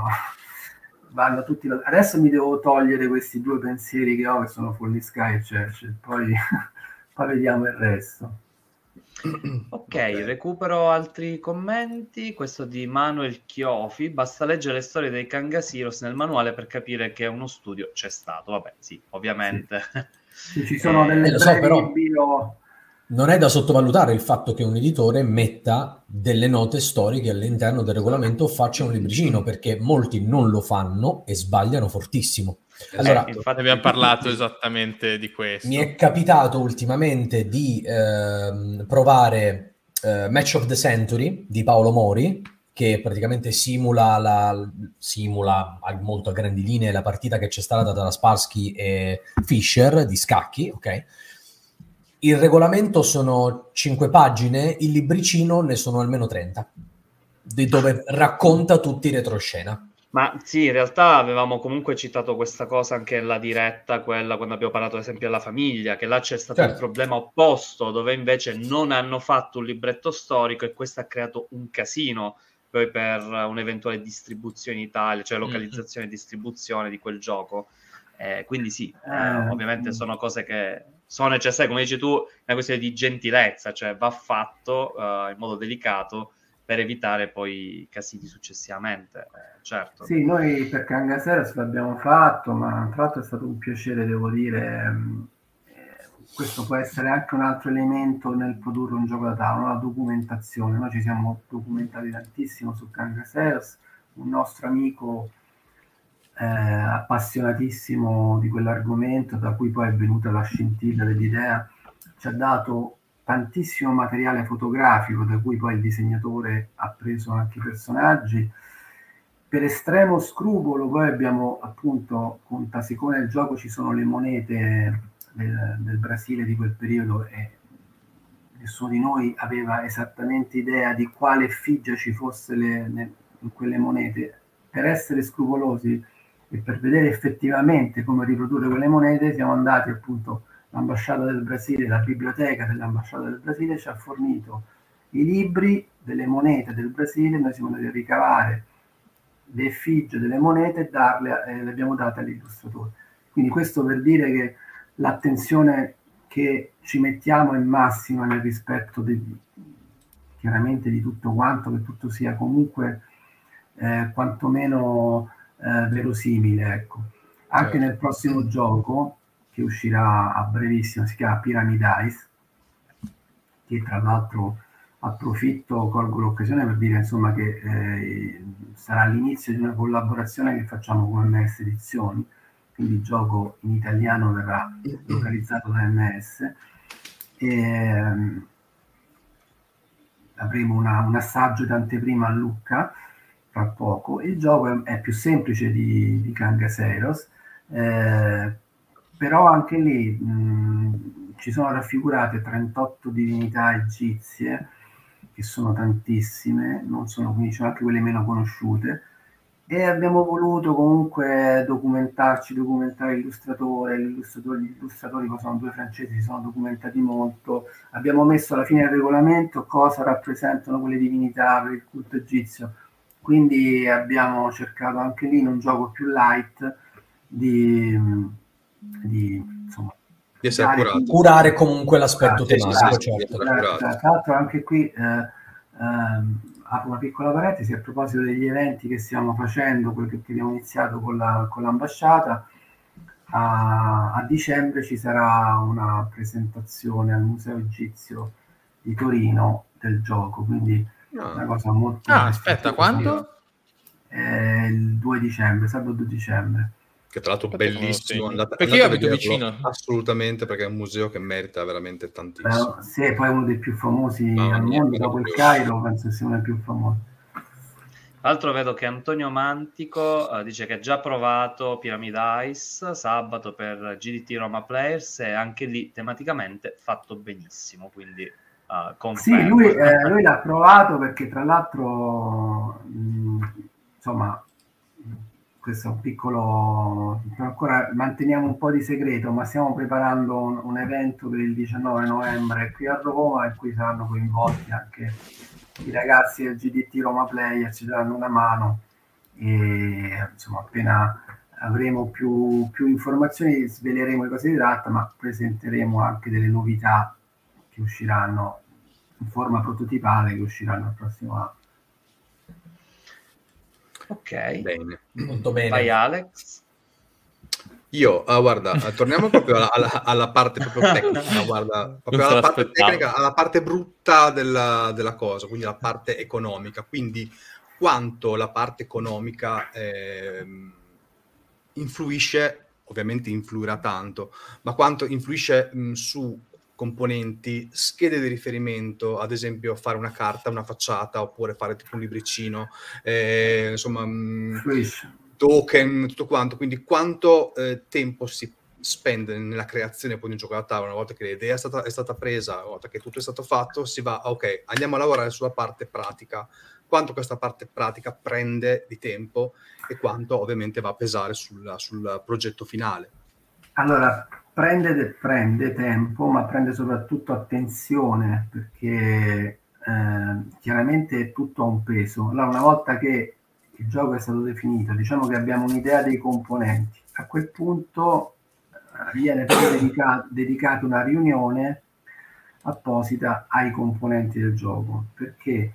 vanno tutti. Adesso mi devo togliere questi due pensieri che ho, che sono Falling Sky e Churchill, poi, poi vediamo il resto. Ok, okay, recupero altri commenti. Questo di Manuel Chiofi: basta leggere le storie dei Kangasiros nel manuale per capire che uno studio c'è stato. Vabbè, sì, ovviamente. Sì. Sì, ci sono eh, delle lo so, però bio... non è da sottovalutare il fatto che un editore metta delle note storiche all'interno del regolamento o faccia un libricino, perché molti non lo fanno e sbagliano fortissimo. Allora, eh, infatti abbiamo parlato esattamente di questo. Mi è capitato ultimamente di eh, provare eh, Match of the Century di Paolo Mori, che praticamente simula, la, simula molto a grandi linee la partita che c'è stata tra Spassky e Fischer di scacchi, ok? Il regolamento sono cinque pagine, il libricino ne sono almeno trenta, di dove racconta tutti i retroscena. Ma sì, in realtà avevamo comunque citato questa cosa anche nella diretta, quella quando abbiamo parlato ad esempio della famiglia, che là c'è stato certo. il problema opposto, dove invece non hanno fatto un libretto storico e questo ha creato un casino poi per un'eventuale distribuzione in Italia, cioè localizzazione e distribuzione di quel gioco. Eh, quindi sì, eh, ovviamente sono cose che sono necessarie, come dici tu, è una questione di gentilezza, cioè va fatto uh, in modo delicato per evitare poi casini successivamente, eh, certo. Sì, noi per Kangaseros l'abbiamo fatto, ma tra l'altro è stato un piacere, devo dire. Eh, questo può essere anche un altro elemento nel produrre un gioco da tavolo, la documentazione. Noi ci siamo documentati tantissimo su Kangaseros, un nostro amico eh, appassionatissimo di quell'argomento, da cui poi è venuta la scintilla dell'idea, ci ha dato tantissimo materiale fotografico, da cui poi il disegnatore ha preso anche i personaggi. Per estremo scrupolo poi abbiamo appunto, con Tasicone del gioco ci sono le monete del, del Brasile di quel periodo e nessuno di noi aveva esattamente idea di quale effigie ci fosse le, le, in quelle monete. Per essere scrupolosi e per vedere effettivamente come riprodurre quelle monete siamo andati appunto, l'ambasciata del Brasile, la biblioteca dell'ambasciata del Brasile ci ha fornito i libri delle monete del Brasile, noi siamo andati a ricavare le effigie delle monete e darle, eh, le abbiamo date all'illustratore. Quindi questo per dire che l'attenzione che ci mettiamo è massima nel rispetto di, chiaramente di tutto quanto, che tutto sia comunque eh, quantomeno eh, verosimile, ecco. Anche certo. Nel prossimo gioco che uscirà a brevissimo, si chiama Pyramid Ice, che tra l'altro approfitto, colgo l'occasione per dire insomma che eh, sarà l'inizio di una collaborazione che facciamo con M S Edizioni, quindi il gioco in italiano verrà localizzato da M S e um, avremo una, un assaggio d'anteprima a Lucca tra poco. Il gioco è, è più semplice di, di Kangaseros, eh, però anche lì mh, ci sono raffigurate trentotto divinità egizie, che sono tantissime, non sono, quindi ci sono anche quelle meno conosciute, e abbiamo voluto comunque documentarci, documentare l'illustratore, l'illustratore gli illustratori, che sono due francesi, si sono documentati molto, abbiamo messo alla fine del regolamento cosa rappresentano quelle divinità per il culto egizio, quindi abbiamo cercato anche lì in un gioco più light di, di insomma, di essere dare- accurato. Curare comunque l'aspetto Ah, sì, sì, tematico, sì, sì, certo. sì. Tra tra l'altro anche qui eh, ehm, apro una piccola parentesi a proposito degli eventi che stiamo facendo, quello che abbiamo iniziato con, la, con l'ambasciata. A, a dicembre ci sarà una presentazione al Museo Egizio di Torino del gioco, quindi No. una cosa molto Ah, aspetta, quando? È il due dicembre, sabato due dicembre. Che tra l'altro Aspetta che me lo bellissimo, segno. andate, Perché andate io a abito vederlo, vicino. assolutamente, perché è un museo che merita veramente tantissimo. Però, sì, è poi uno dei più famosi Mamma al mia, mondo, dopo il meraviglioso. Cairo penso sia uno dei più famosi. Tra l'altro vedo che Antonio Mantico eh, dice che ha già provato Pyramid Ice sabato per G D T Roma Players e anche lì tematicamente fatto benissimo, quindi uh, confermo. Sì, lui, eh, lui l'ha provato perché tra l'altro mh, insomma questo è un piccolo, ancora manteniamo un po' di segreto, ma stiamo preparando un, un evento per il diciannove novembre qui a Roma in cui saranno coinvolti anche i ragazzi del G D T Roma Player, ci daranno una mano e insomma appena avremo più, più informazioni sveleremo di cosa si tratta, ma presenteremo anche delle novità che usciranno in forma prototipale, che usciranno il prossimo anno. Ok, Bene. Molto bene. vai Alex. Io, ah, guarda, eh, torniamo proprio alla, alla- alla parte proprio tecnica, guarda, proprio Non se alla parte l'aspettavo. tecnica, alla parte brutta della, della cosa, quindi la parte economica. Quindi quanto la parte economica ehm, influisce, ovviamente influirà tanto, ma quanto influisce mh, su componenti, schede di riferimento, ad esempio fare una carta, una facciata, oppure fare tipo un libricino, eh, insomma, mh, Fluisce. token, tutto quanto. Quindi quanto eh, tempo si spende nella creazione poi di un gioco da tavola, una volta che l'idea è stata, è stata presa, una volta che tutto è stato fatto, si va, ok, andiamo a lavorare sulla parte pratica. Quanto questa parte pratica prende di tempo e quanto ovviamente va a pesare sul, sul progetto finale. Allora, prende, prende tempo, ma prende soprattutto attenzione, perché eh, chiaramente tutto ha un peso. Allora, una volta che il gioco è stato definito, diciamo che abbiamo un'idea dei componenti, a quel punto eh, viene proprio dedica- dedicata una riunione apposita ai componenti del gioco, perché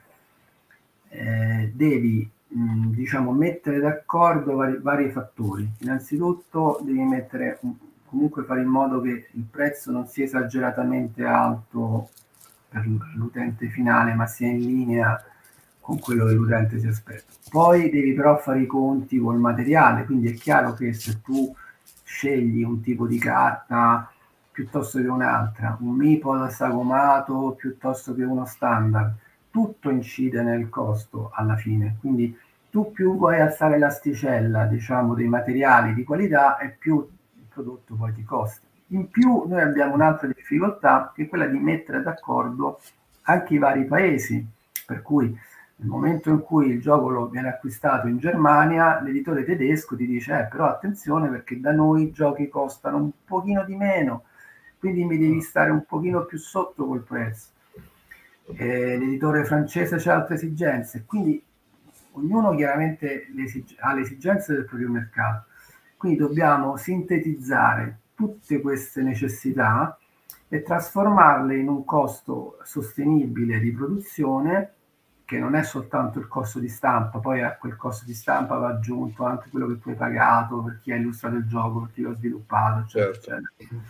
eh, devi mh, diciamo mettere d'accordo vari, vari fattori. Innanzitutto devi mettere un, comunque fare in modo che il prezzo non sia esageratamente alto per l'utente finale, ma sia in linea con quello che l'utente si aspetta. Poi devi però fare i conti col materiale, quindi è chiaro che se tu scegli un tipo di carta piuttosto che un'altra, un meeple sagomato piuttosto che uno standard, tutto incide nel costo alla fine, quindi tu più vuoi alzare l'asticella, diciamo, dei materiali di qualità e più il prodotto poi ti costa. In più noi abbiamo un'altra difficoltà che è quella di mettere d'accordo anche i vari paesi, per cui nel momento in cui il gioco lo viene acquistato in Germania, l'editore tedesco ti dice eh, però attenzione perché da noi i giochi costano un pochino di meno, quindi mi devi stare un pochino più sotto col prezzo. Eh, l'editore francese c'ha altre esigenze, quindi ognuno chiaramente l'esig- ha le esigenze del proprio mercato, quindi dobbiamo sintetizzare tutte queste necessità e trasformarle in un costo sostenibile di produzione, che non è soltanto il costo di stampa, poi a quel costo di stampa va aggiunto anche quello che tu hai pagato per chi ha illustrato il gioco, per chi l'ha sviluppato, eccetera, Certo. eccetera.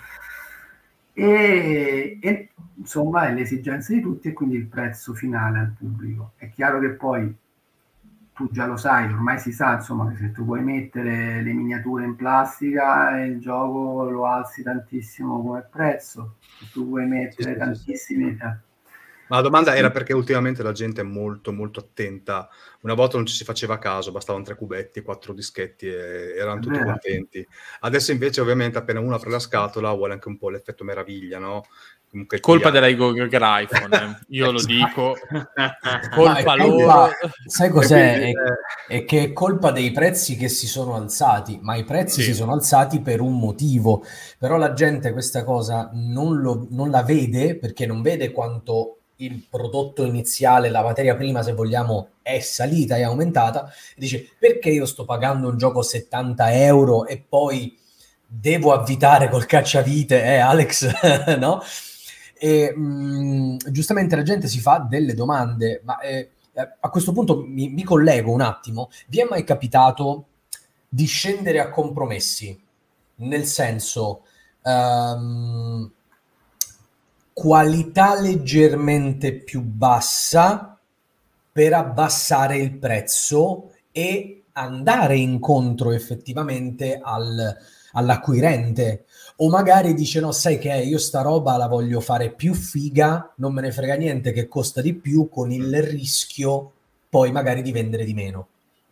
E, e insomma è l'esigenza di tutti e quindi il prezzo finale al pubblico. È chiaro che poi tu già lo sai, ormai si sa insomma che se tu vuoi mettere le miniature in plastica il gioco lo alzi tantissimo come prezzo, se tu vuoi mettere Sì, sì, sì, sì. tantissimi eh. Ma la domanda era perché ultimamente la gente è molto molto attenta. Una volta non ci si faceva caso, bastavano tre cubetti, quattro dischetti e erano È tutti vero. contenti. Adesso invece ovviamente appena uno apre la scatola vuole anche un po' l'effetto meraviglia, no? Comunque ti Colpa ha- della Google iPhone, eh. Io lo dico, No, colpa è loro. sai E cos'è? quindi, È, eh, è che è colpa dei prezzi che si sono alzati, ma i prezzi Sì. si sono alzati per un motivo. Però la gente questa cosa non, lo- non la vede perché non vede quanto il prodotto iniziale, la materia prima, se vogliamo, è salita, è aumentata. E dice, perché io sto pagando un gioco settanta euro e poi devo avvitare col cacciavite, eh Alex, no? E mh, giustamente la gente si fa delle domande, ma eh, a questo punto mi, mi collego un attimo. Vi è mai capitato di scendere a compromessi? Nel senso, ehm, qualità leggermente più bassa per abbassare il prezzo e andare incontro effettivamente al, all'acquirente, o magari dice no, sai che è, io sta roba la voglio fare più figa, non me ne frega niente che costa di più, con il rischio poi magari di vendere di meno.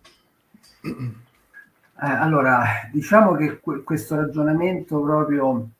Eh, allora, diciamo che que- questo ragionamento proprio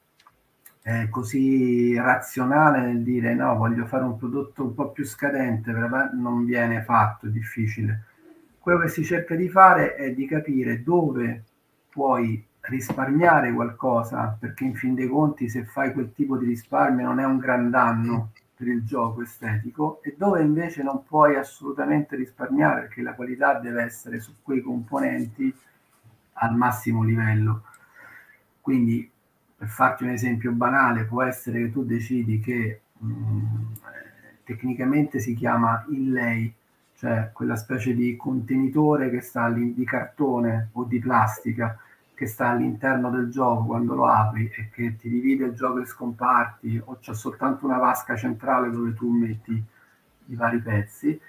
è così razionale nel dire no, voglio fare un prodotto un po' più scadente, veramente non viene fatto, è difficile. Quello che si cerca di fare è di capire dove puoi risparmiare qualcosa, perché in fin dei conti se fai quel tipo di risparmio non è un gran danno per il gioco estetico, e dove invece non puoi assolutamente risparmiare perché la qualità deve essere su quei componenti al massimo livello. Quindi, per farti un esempio banale, può essere che tu decidi che mh, eh, tecnicamente si chiama inlay, cioè quella specie di contenitore che sta all'in- di cartone o di plastica che sta all'interno del gioco quando lo apri e che ti divide il gioco in scomparti, o c'è soltanto una vasca centrale dove tu metti i vari pezzi.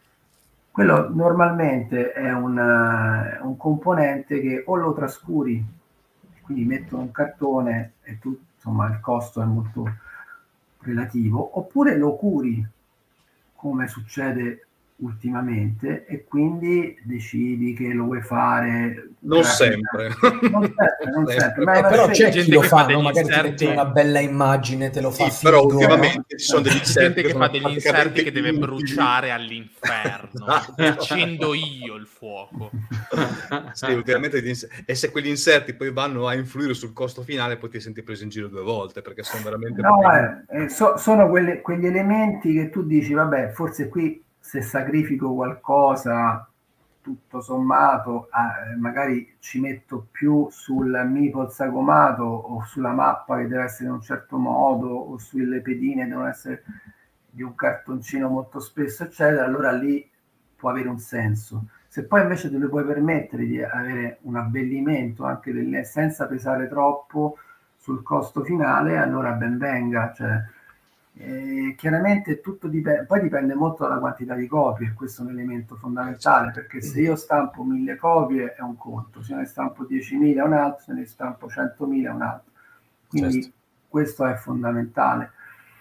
Quello normalmente è un, uh, un componente che o lo trascuri, quindi mettono un cartone e tu, insomma, il costo è molto relativo, oppure lo curi, come succede ultimamente, e quindi decidi che lo vuoi fare non grafica. sempre. Non sempre, non sempre, ma Eh, è una però scelta. c'è gente chi lo che fa, fa no? degli Magari ti inserti- mette una bella immagine, te lo fa Sì, però figo. ultimamente ci sono degli C'è inserti gente che sono fa degli inserti praticamente che deve inutili. bruciare all'inferno. Esatto. Accendo io il fuoco. Sì, ultimamente gli ins- e se quegli inserti poi vanno a influire sul costo finale, poi ti senti preso in giro due volte perché sono veramente No, proprio eh, inutili. eh, so- sono quelle- quegli elementi che tu dici, vabbè, forse qui se sacrifico qualcosa, tutto sommato, eh, magari ci metto più sul meeple sagomato o sulla mappa che deve essere in un certo modo o sulle pedine devono essere di un cartoncino molto spesso, eccetera, allora lì può avere un senso. Se poi invece te lo puoi permettere di avere un abbellimento anche del, senza pesare troppo sul costo finale, allora ben venga. Cioè, eh, chiaramente tutto dipende, poi dipende molto dalla quantità di copie, questo è un elemento fondamentale, perché se io stampo mille copie è un conto, se ne stampo diecimila è un altro, se ne stampo centomila è un altro. Quindi Certo. questo è fondamentale.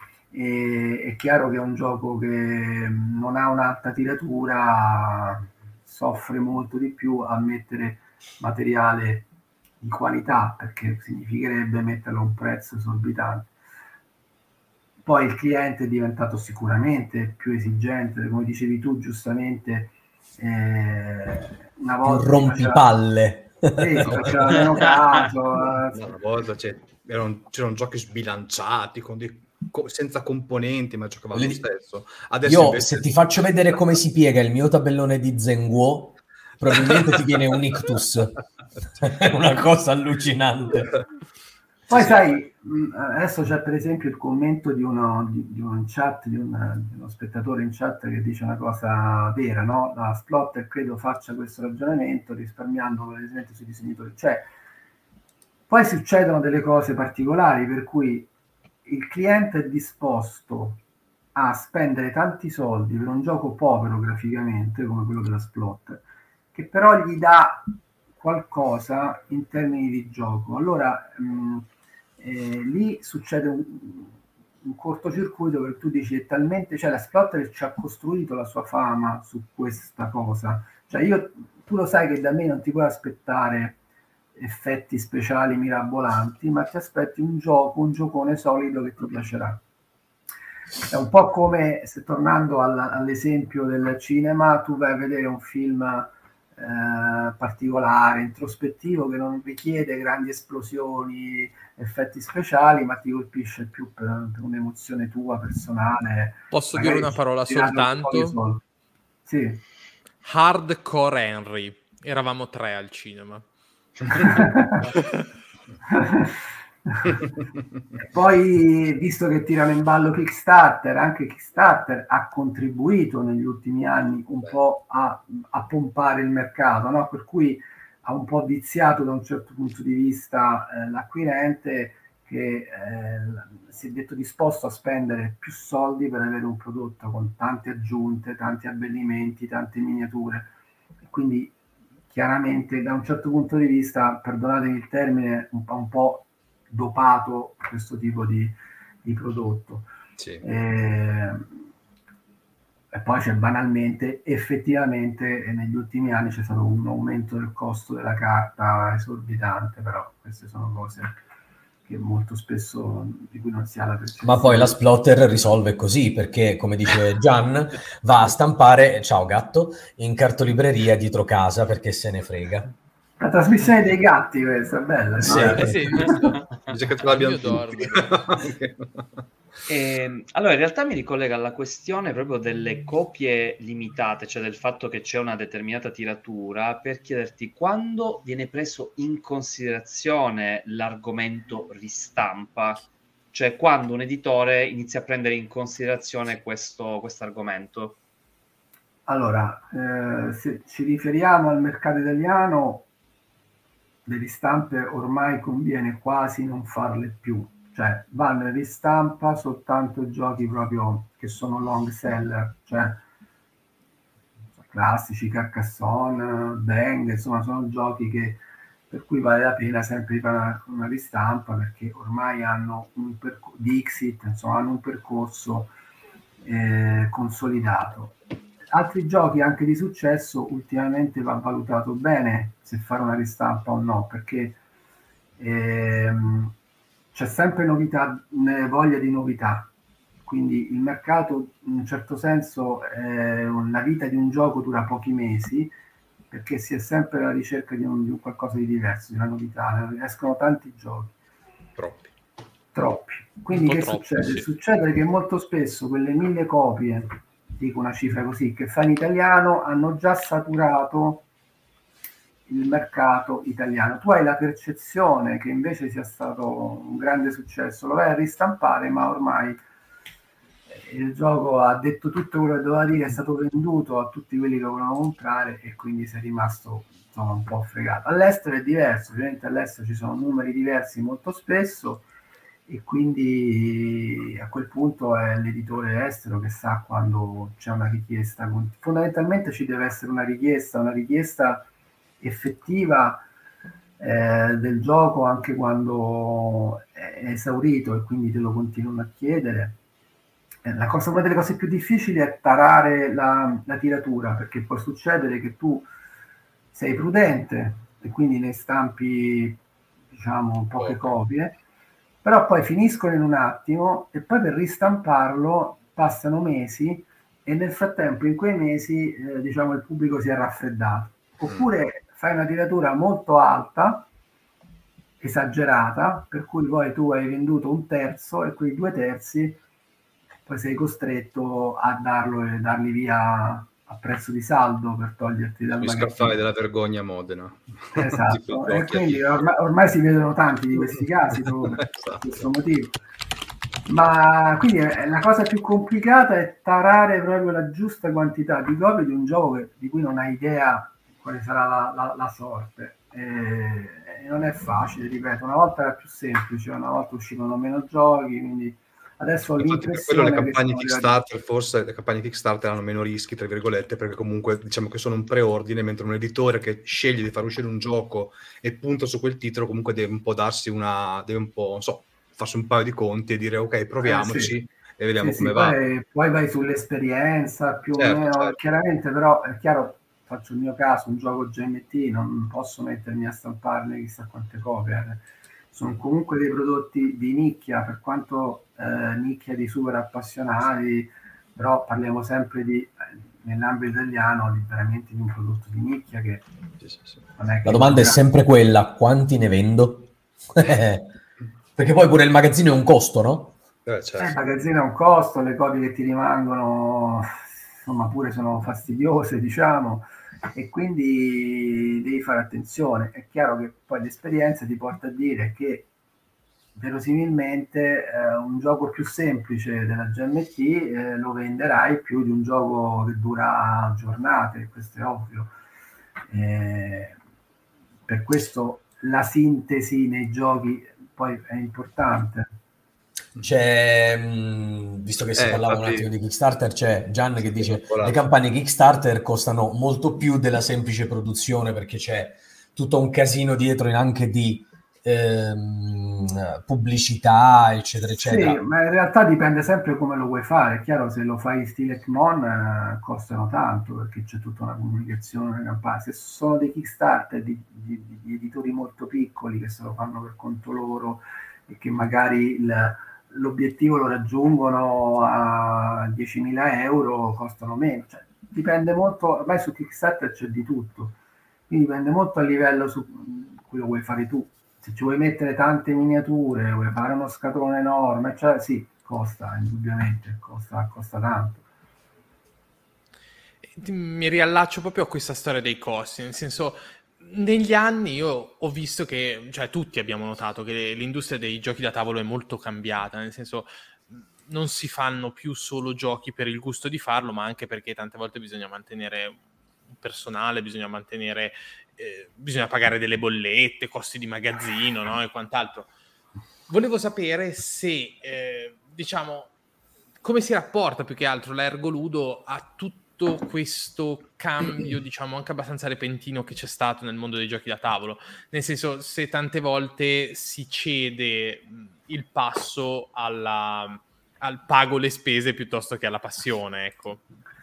E, è chiaro che è un gioco che non ha un'alta tiratura, soffre molto di più a mettere materiale di qualità, perché significherebbe metterlo a un prezzo esorbitante. Poi il cliente è diventato sicuramente più esigente, come dicevi tu giustamente, eh, una Più volta si faceva, rompipalle. sì, si faceva meno caso. No, eh, una volta c'è- erano- c'erano giochi sbilanciati con dei- co- senza componenti, ma giocavano lo Voglio dire, stesso. Adesso Io, invece se ti faccio vedere come si piega il mio tabellone di Zenghuo, probabilmente ti viene un ictus. È una cosa allucinante. Poi Sì, sì. sai, mh, adesso c'è per esempio il commento di uno, di, di uno in chat, di, un- di uno spettatore in chat che dice una cosa vera, no? La Splotter credo faccia questo ragionamento risparmiando per esempio sui disegnatori. Cioè, poi succedono delle cose particolari per cui il cliente è disposto a spendere tanti soldi per un gioco povero graficamente come quello della Splotter, che però gli dà qualcosa in termini di gioco. Allora mh, eh, lì succede un, un cortocircuito, perché tu dici è talmente, cioè la Splotter ci ha costruito la sua fama su questa cosa, cioè io, tu lo sai che da me non ti puoi aspettare effetti speciali mirabolanti, ma ti aspetti un gioco, un giocone solido che ti piacerà. È un po' come se, tornando alla, all'esempio del cinema, tu vai a vedere un film eh, particolare, introspettivo, che non richiede grandi esplosioni, effetti speciali, ma ti colpisce più per, per un'emozione tua personale. Posso Magari dire una parola soltanto? Sì. Hardcore Henry. Eravamo tre al cinema. Poi, visto che tirano in ballo Kickstarter, anche Kickstarter ha contribuito negli ultimi anni un Beh. po' a, a pompare il mercato, no? Per cui ha un po' viziato da un certo punto di vista eh, l'acquirente, che eh, si è detto disposto a spendere più soldi per avere un prodotto con tante aggiunte, tanti abbellimenti, tante miniature. Quindi chiaramente da un certo punto di vista, perdonatemi il termine, un po', un po' dopato questo tipo di, di prodotto. Sì. E, e poi c'è banalmente, effettivamente negli ultimi anni c'è stato un aumento del costo della carta esorbitante, però queste sono cose che molto spesso di cui non si ha la percezione. Ma poi la Splotter risolve così, perché come dice Gian, va a stampare, ciao gatto, in cartolibreria dietro casa perché se ne frega. La trasmissione dei gatti questa, è bella. Sì, eh, sì, dice che ce l'abbiamo tutti. E, allora, in realtà mi ricollega alla questione proprio delle copie limitate, cioè del fatto che c'è una determinata tiratura, per chiederti quando viene preso in considerazione l'argomento ristampa, cioè quando un editore inizia a prendere in considerazione questo argomento. Allora, eh, se ci riferiamo al mercato italiano, le ristampe ormai conviene quasi non farle più. Cioè vanno in ristampa soltanto giochi proprio che sono long seller, cioè classici, Carcassonne, Bang, insomma sono giochi che, per cui vale la pena sempre di fare una, una ristampa, perché ormai hanno un percorso, Dixit, insomma hanno un percorso eh, consolidato. Altri giochi anche di successo ultimamente va valutato bene se fare una ristampa o no, perché ehm, c'è sempre novità, voglia di novità, quindi il mercato in un certo senso, eh, la vita di un gioco dura pochi mesi, perché si è sempre alla ricerca di un, di un qualcosa di diverso, di una novità, escono tanti giochi. Troppi. Troppi. Quindi che troppo, succede? Sì. Succede che molto spesso quelle mille copie, dico una cifra così, che fa in italiano, hanno già saturato il mercato italiano. Tu hai la percezione che invece sia stato un grande successo, lo vai a ristampare, ma ormai il gioco ha detto tutto quello che doveva dire, è stato venduto a tutti quelli che volevano comprare e quindi sei rimasto, insomma, un po' fregato. All'estero è diverso, ovviamente all'estero ci sono numeri diversi molto spesso e quindi a quel punto è l'editore estero che sa quando c'è una richiesta. Fondamentalmente ci deve essere una richiesta, una richiesta effettiva eh, del gioco anche quando è esaurito e quindi te lo continuano a chiedere. Eh, la cosa, una delle cose più difficili è tarare la, la tiratura, perché può succedere che tu sei prudente e quindi ne stampi, diciamo, poche copie, però poi finiscono in un attimo e poi per ristamparlo passano mesi e nel frattempo in quei mesi eh, diciamo il pubblico si è raffreddato. Oppure fai una tiratura molto alta, esagerata, per cui poi tu hai venduto un terzo e quei due terzi poi sei costretto a darlo e darli via a prezzo di saldo per toglierti dal magazzino. Mi scaffai della vergogna a Modena. Esatto, e quindi ormai, ormai si vedono tanti di questi casi proprio per esatto. questo motivo. Ma quindi la cosa più complicata è tarare proprio la giusta quantità di copie di un gioco che, di cui non hai idea quale sarà la, la, la sorte. E, e non è facile, ripeto, una volta era più semplice, una volta uscivano meno giochi, quindi adesso ho l'impressione per quello le campagne Kickstarter, forse le campagne Kickstarter hanno meno rischi, tra virgolette, perché comunque diciamo che sono un preordine, mentre un editore che sceglie di far uscire un gioco e punta su quel titolo comunque deve un po' darsi una, deve un po', non so, farsi un paio di conti e dire ok, proviamoci eh, sì. e vediamo sì, come sì, va. Poi, poi vai sull'esperienza più Certo, o meno, certo. chiaramente, però è chiaro, faccio il mio caso, un gioco G M T, non posso mettermi a stamparne chissà quante copie. Eh. Sono comunque dei prodotti di nicchia, per quanto eh, nicchia di super appassionati, però parliamo sempre di, nell'ambito italiano, di veramente di un prodotto di nicchia che, sì, sì, sì. non è che la domanda è dura... sempre quella: quanti ne vendo? Perché poi pure il magazzino è un costo, no? Eh, certo. Eh, il magazzino è un costo, le copie che ti rimangono insomma pure sono fastidiose, diciamo, e quindi devi fare attenzione. È chiaro che poi l'esperienza ti porta a dire che verosimilmente eh, un gioco più semplice della G M T eh, lo venderai più di un gioco che dura giornate, questo è ovvio. Eh, per questo la sintesi nei giochi poi è importante. C'è, mh, visto che si Eh, parlava infatti, un attimo di Kickstarter, c'è Gian che dice voilà. le campagne Kickstarter costano molto più della semplice produzione, perché c'è tutto un casino dietro anche di ehm, pubblicità, eccetera, eccetera. Sì, ma in realtà dipende sempre come lo vuoi fare. È chiaro, se lo fai in stile Kmon eh, costano tanto, perché c'è tutta una comunicazione, una campagna. Se sono dei Kickstarter di, di, di editori molto piccoli che se lo fanno per conto loro e che magari il, l'obiettivo lo raggiungono a diecimila euro, costano meno. Cioè, dipende molto, ormai su Kickstarter c'è di tutto, quindi dipende molto a livello su cui lo vuoi fare tu. Se ci vuoi mettere tante miniature, vuoi fare uno scatolone enorme, cioè sì, costa, indubbiamente, costa, costa tanto. Mi riallaccio proprio a questa storia dei costi, nel senso, negli anni io ho visto che, cioè tutti abbiamo notato che l'industria dei giochi da tavolo è molto cambiata, nel senso non si fanno più solo giochi per il gusto di farlo, ma anche perché tante volte bisogna mantenere un personale, bisogna mantenere, eh, bisogna pagare delle bollette, costi di magazzino, no? E quant'altro. Volevo sapere se, eh, diciamo, come si rapporta più che altro l'Ergoludo a tutto questo cambio, diciamo, anche abbastanza repentino che c'è stato nel mondo dei giochi da tavolo. Nel senso, se tante volte si cede il passo alla, al pago le spese piuttosto che alla passione, ecco.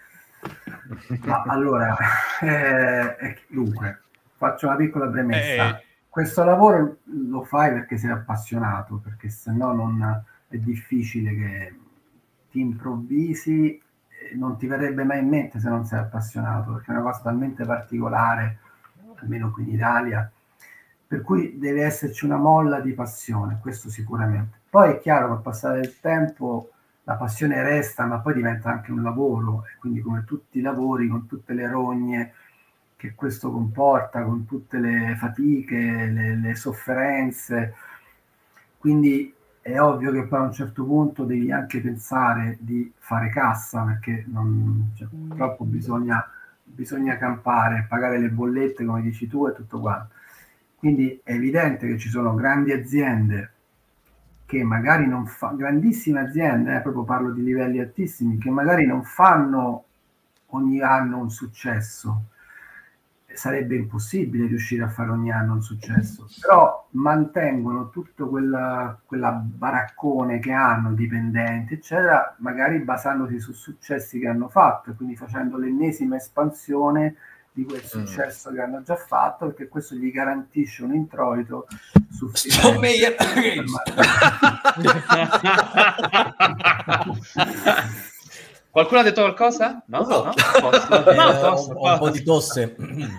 Ma allora, eh, dunque, faccio una piccola premessa. Eh, Questo lavoro lo fai perché sei appassionato, perché se no non è difficile che ti improvvisi, non ti verrebbe mai in mente se non sei appassionato, perché è una cosa talmente particolare, almeno qui in Italia, per cui deve esserci una molla di passione, questo sicuramente. Poi è chiaro, col passare del tempo la passione resta, ma poi diventa anche un lavoro, e quindi come tutti i lavori, con tutte le rogne che questo comporta, con tutte le fatiche, le, le sofferenze, quindi è ovvio che poi a un certo punto devi anche pensare di fare cassa, perché non, cioè, purtroppo bisogna, bisogna campare, pagare le bollette, come dici tu, e tutto quanto. Quindi è evidente che ci sono grandi aziende che magari non fanno, grandissime aziende, eh, proprio parlo di livelli altissimi, che magari non fanno ogni anno un successo. Sarebbe impossibile riuscire a fare ogni anno un successo, però mantengono tutto quella, quella baraccone che hanno, dipendenti, eccetera, magari basandosi su successi che hanno fatto, e quindi facendo l'ennesima espansione di quel successo mm. che hanno già fatto, perché questo gli garantisce un introito sufficiente. Qualcuno ha detto qualcosa? No, no, no. Posso, eh, no posso, ho un po' di tosse.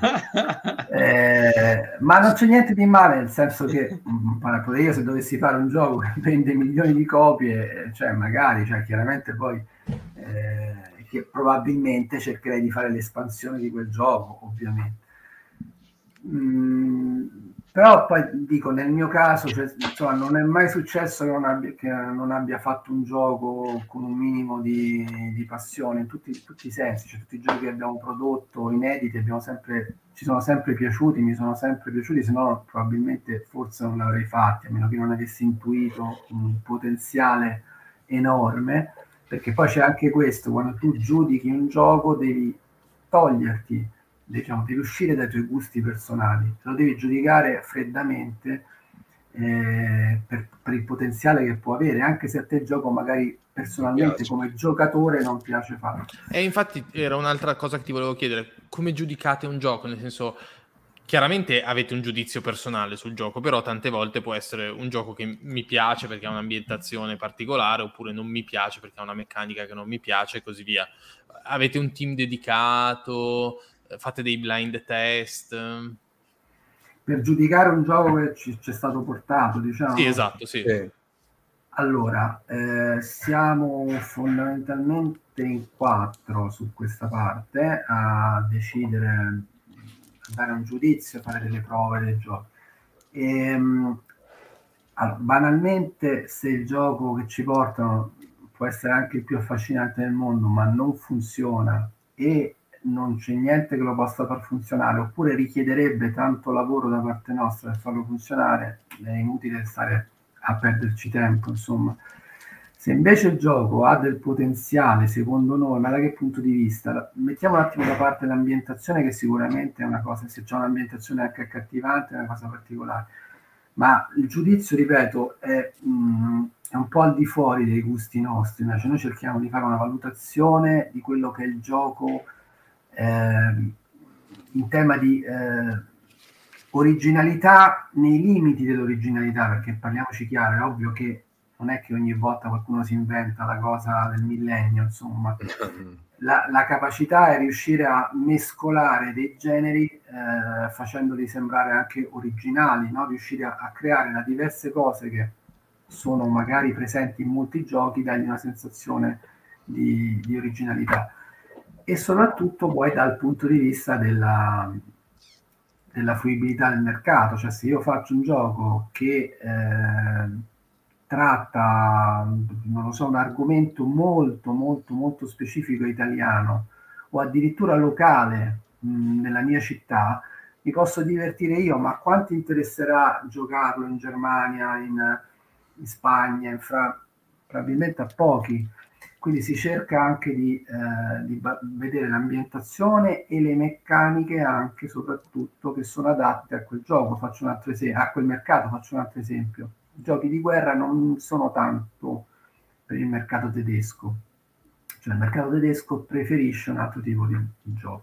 eh, ma non c'è niente di male, nel senso che pure io se dovessi fare un gioco che vende milioni di copie, cioè magari, cioè chiaramente poi eh, che probabilmente cercherei di fare l'espansione di quel gioco, ovviamente. Mm, però poi dico, nel mio caso, cioè, insomma, non è mai successo che non, abbia, che non abbia fatto un gioco con un minimo di, di passione in tutti, in tutti i sensi, cioè tutti i giochi che abbiamo prodotto inediti abbiamo sempre, ci sono sempre piaciuti, mi sono sempre piaciuti, se no probabilmente forse non l'avrei fatti, a meno che non avessi intuito un potenziale enorme, perché poi c'è anche questo, quando tu giudichi un gioco devi toglierti, diciamo, devi uscire dai tuoi gusti personali, lo devi giudicare freddamente eh, per, per il potenziale che può avere, anche se a te il gioco magari personalmente come giocatore non piace farlo. E infatti era un'altra cosa che ti volevo chiedere: come giudicate un gioco? Nel senso, chiaramente avete un giudizio personale sul gioco, però tante volte può essere un gioco che mi piace perché ha un'ambientazione particolare, oppure non mi piace perché ha una meccanica che non mi piace, e così via. Avete un team dedicato? Fate dei blind test? Per giudicare un gioco che ci, ci è stato portato, diciamo? Sì, esatto, sì. Sì. Allora, eh, siamo fondamentalmente in quattro su questa parte a decidere, a dare un giudizio, fare delle prove del gioco. E, allora, banalmente, se il gioco che ci portano può essere anche il più affascinante del mondo, ma non funziona e non c'è niente che lo possa far funzionare, oppure richiederebbe tanto lavoro da parte nostra per farlo funzionare, è inutile stare a perderci tempo, insomma. Se invece il gioco ha del potenziale, secondo noi, ma da che punto di vista? Mettiamo un attimo da parte l'ambientazione, che sicuramente è una cosa, se c'è un'ambientazione anche accattivante, è una cosa particolare, ma il giudizio, ripeto, è, mh, è un po' al di fuori dei gusti nostri, cioè noi cerchiamo di fare una valutazione di quello che è il gioco eh, in tema di eh, originalità, nei limiti dell'originalità, perché parliamoci chiaro, è ovvio che non è che ogni volta qualcuno si inventa la cosa del millennio, insomma. La, la capacità è riuscire a mescolare dei generi eh, facendoli sembrare anche originali, no? Riuscire a, a creare da diverse cose che sono magari presenti in molti giochi, dargli una sensazione di, di originalità. E soprattutto poi dal punto di vista della, della fruibilità del mercato, cioè se io faccio un gioco che eh, tratta, non lo so, un argomento molto molto molto specifico italiano o addirittura locale mh, nella mia città, mi posso divertire io, ma quanti interesserà giocarlo in Germania, in, in Spagna, in Francia? Probabilmente a pochi. Quindi si cerca anche di, eh, di ba- vedere l'ambientazione e le meccaniche anche soprattutto che sono adatte a quel gioco, faccio un altro esempio, a quel mercato, faccio un altro esempio. I giochi di guerra non sono tanto per il mercato tedesco, cioè il mercato tedesco preferisce un altro tipo di, di gioco.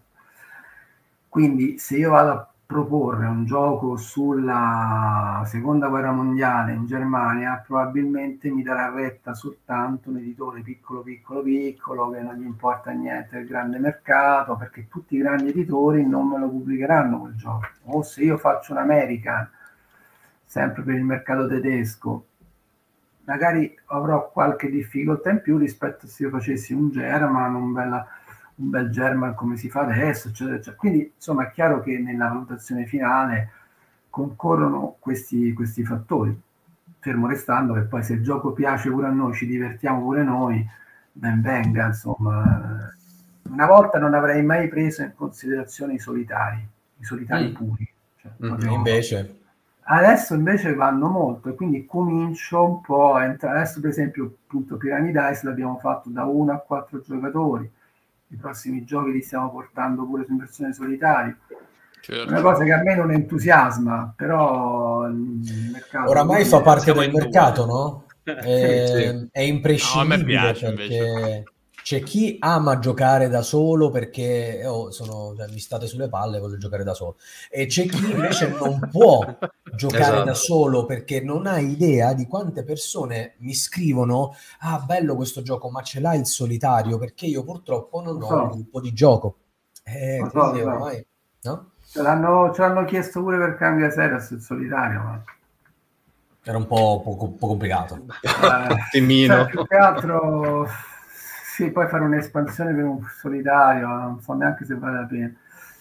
Quindi se io vado a proporre un gioco sulla seconda guerra mondiale in Germania, probabilmente mi darà retta soltanto un editore piccolo piccolo piccolo che non gli importa niente del grande mercato, perché tutti i grandi editori non me lo pubblicheranno quel gioco. O se io faccio un American sempre per il mercato tedesco, magari avrò qualche difficoltà in più rispetto a se io facessi un German, un, bella, un bel German come si fa adesso, eccetera, eccetera. Quindi insomma è chiaro che nella valutazione finale concorrono questi, questi fattori, fermo restando che poi se il gioco piace pure a noi, ci divertiamo pure noi, ben venga, insomma. Una volta non avrei mai preso in considerazione i solitari, i solitari mm. puri. Cioè, mm, invece... Adesso invece vanno molto e quindi comincio un po' a entrare. Adesso per esempio appunto Pyramid Dice l'abbiamo fatto da uno a quattro giocatori, i prossimi giochi li stiamo portando pure su in versione solitaria. Certo. Una cosa che a me non entusiasma, però il mercato oramai fa parte del mercato, due. no? È, sì. è imprescindibile, no, a me piace, perché invece. c'è chi ama giocare da solo perché oh, sono, cioè, mi state sulle palle, voglio giocare da solo, e c'è chi invece non può giocare esatto. da solo perché non ha idea di quante persone mi scrivono: ah, bello questo gioco, ma ce l'hai il solitario? Perché io purtroppo non ho so. un gruppo di gioco. Eh, so, quindi so. ormai, no? Ce l'hanno, ce l'hanno chiesto pure per Cambia Seras il solitario, ma... era un po', po', po' complicato. Eh, cioè, più che altro sì, poi fare un'espansione per un solitario non so neanche se vale la pena.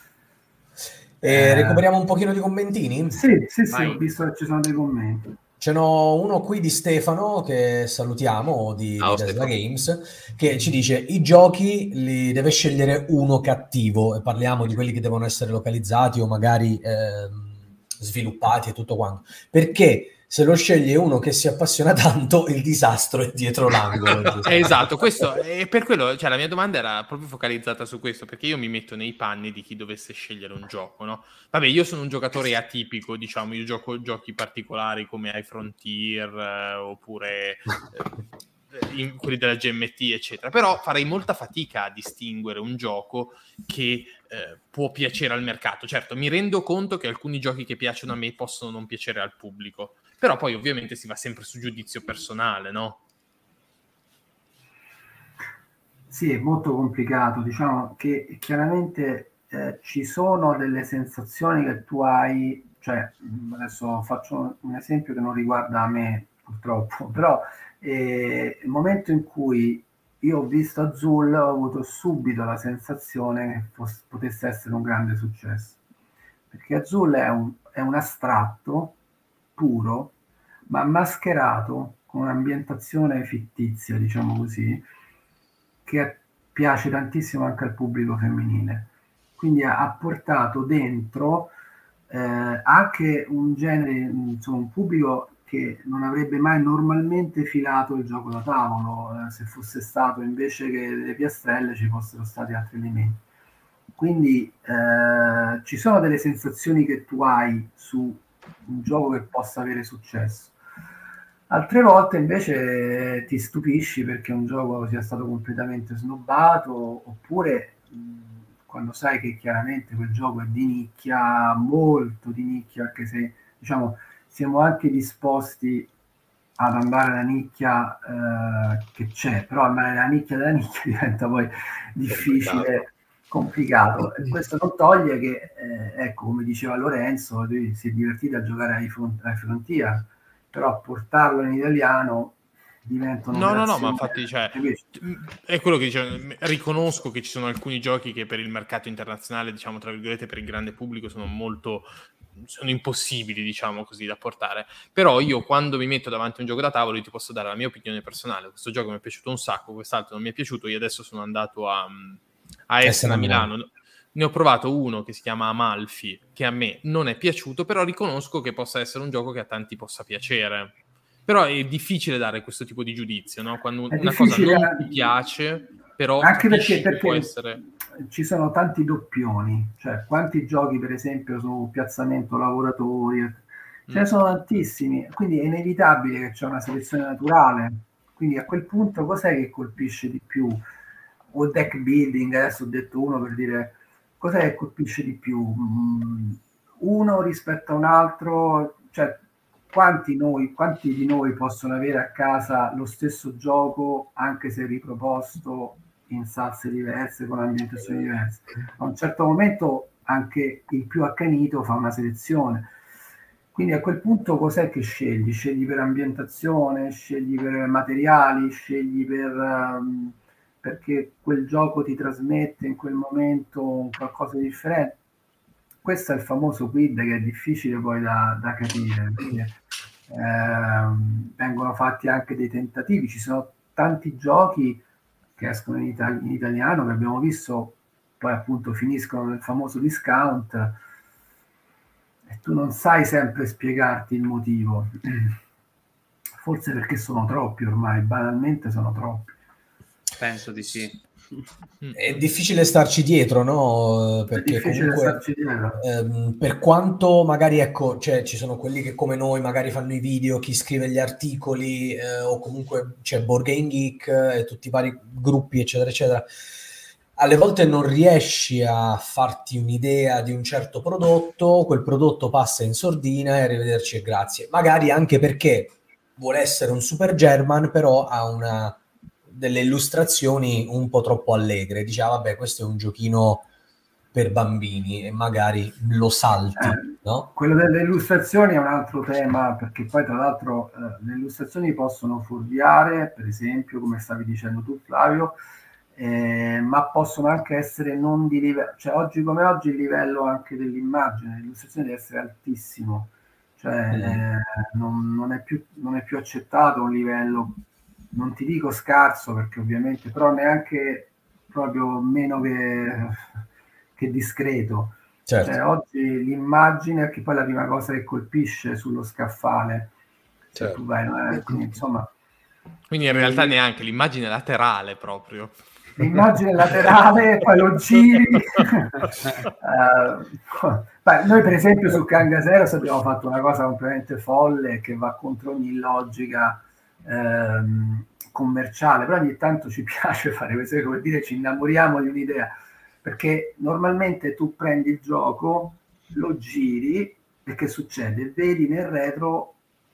E eh, recuperiamo un pochino di commentini? Sì, sì, sì, ho visto che ci sono dei commenti. Ce n'ho uno qui di Stefano, che salutiamo, di, oh, di Tesla Games, che ci dice: i giochi li deve scegliere uno cattivo, e parliamo di quelli che devono essere localizzati o magari eh, sviluppati e tutto quanto, perché se lo sceglie uno che si appassiona tanto, il disastro è dietro l'angolo. Esatto, questo è per quello, cioè la mia domanda era proprio focalizzata su questo, perché io mi metto nei panni di chi dovesse scegliere un gioco, no? Vabbè, io sono un giocatore atipico, diciamo, io gioco giochi particolari come iFrontier eh, oppure eh, in quelli della G M T, eccetera, però farei molta fatica a distinguere un gioco che eh, può piacere al mercato. Certo, mi rendo conto che alcuni giochi che piacciono a me possono non piacere al pubblico, però poi ovviamente si va sempre su giudizio personale, no? Sì, è molto complicato. Diciamo che chiaramente eh, ci sono delle sensazioni che tu hai, cioè adesso faccio un esempio che non riguarda me purtroppo, però eh, il momento in cui io ho visto Azul ho avuto subito la sensazione che fosse, potesse essere un grande successo, perché Azul è un, è un astratto puro, ma mascherato con un'ambientazione fittizia, diciamo così, che piace tantissimo anche al pubblico femminile. Quindi ha, ha portato dentro eh, anche un genere, insomma, un pubblico che non avrebbe mai normalmente filato il gioco da tavolo, eh, se fosse stato invece che delle piastrelle ci fossero stati altri elementi. Quindi eh, ci sono delle sensazioni che tu hai su un gioco che possa avere successo. Altre volte invece ti stupisci perché un gioco sia stato completamente snobbato, oppure mh, quando sai che chiaramente quel gioco è di nicchia, molto di nicchia, anche se diciamo siamo anche disposti ad andare alla nicchia eh, che c'è, però andare alla nicchia della nicchia diventa poi difficile, complicato, e questo non toglie che eh, ecco, come diceva Lorenzo, lui si è divertito a giocare ai, front- ai Frontier, però portarlo in italiano diventa no no no ma infatti cioè, è quello che dicevo, riconosco che ci sono alcuni giochi che per il mercato internazionale, diciamo tra virgolette, per il grande pubblico sono molto sono impossibili, diciamo così, da portare, però io quando mi metto davanti a un gioco da tavolo io ti posso dare la mia opinione personale. Questo gioco mi è piaciuto un sacco, quest'altro non mi è piaciuto. Io adesso sono andato a, a Essen, a Milano, ne ho provato uno che si chiama Amalfi, che a me non è piaciuto, però riconosco che possa essere un gioco che a tanti possa piacere. Però è difficile dare questo tipo di giudizio, no? Quando è una cosa non a... ti piace, però anche perché, perché può essere... ci sono tanti doppioni, cioè quanti giochi per esempio su piazzamento lavoratori, ce ne mm. sono tantissimi, quindi è inevitabile che c'è una selezione naturale. Quindi a quel punto cos'è che colpisce di più? O deck building, adesso ho detto uno per dire, cos'è che colpisce di più? Mm, uno rispetto a un altro, cioè quanti, noi, quanti di noi possono avere a casa lo stesso gioco anche se riproposto in salse diverse, con ambientazioni diverse? A un certo momento anche il più accanito fa una selezione. Quindi a quel punto cos'è che scegli? Scegli per ambientazione, scegli per materiali, scegli per... Um, perché quel gioco ti trasmette in quel momento qualcosa di differente. Questo è il famoso quid che è difficile poi da, da capire, perché ehm, vengono fatti anche dei tentativi. Ci sono tanti giochi che escono in, itali- in italiano che abbiamo visto, poi appunto finiscono nel famoso discount e tu non sai sempre spiegarti il motivo. Forse perché sono troppi ormai, banalmente sono troppi. Penso di sì. È difficile starci dietro, no? Perché comunque ehm, per quanto magari ecco, cioè, ci sono quelli che come noi magari fanno i video, chi scrive gli articoli eh, o comunque c'è Board Game Geek e eh, tutti i vari gruppi eccetera eccetera, alle volte non riesci a farti un'idea di un certo prodotto, quel prodotto passa in sordina e arrivederci e grazie, magari anche perché vuole essere un super German però ha una delle illustrazioni un po' troppo allegre, diceva ah, vabbè questo è un giochino per bambini e magari lo salti, eh, no? Quello delle illustrazioni è un altro tema, perché poi tra l'altro eh, le illustrazioni possono fuorviare, per esempio come stavi dicendo tu Flavio, eh, ma possono anche essere non di livello, cioè oggi come oggi il livello anche dell'immagine, l'illustrazione deve essere altissimo, cioè mm. eh, non, non, è più, non è più accettato un livello, non ti dico scarso perché ovviamente, però neanche proprio meno che, che discreto. Certo. Cioè, oggi l'immagine, che poi è la prima cosa che colpisce sullo scaffale, se tu vai, eh, quindi insomma... Quindi in realtà neanche l'immagine laterale proprio. L'immagine laterale, poi lo giri. uh, beh, noi per esempio su Kangaseros abbiamo fatto una cosa completamente folle che va contro ogni logica ehm, commerciale, però ogni tanto ci piace fare questo, come dire, ci innamoriamo di un'idea, perché normalmente tu prendi il gioco, lo giri e che succede? Vedi nel retro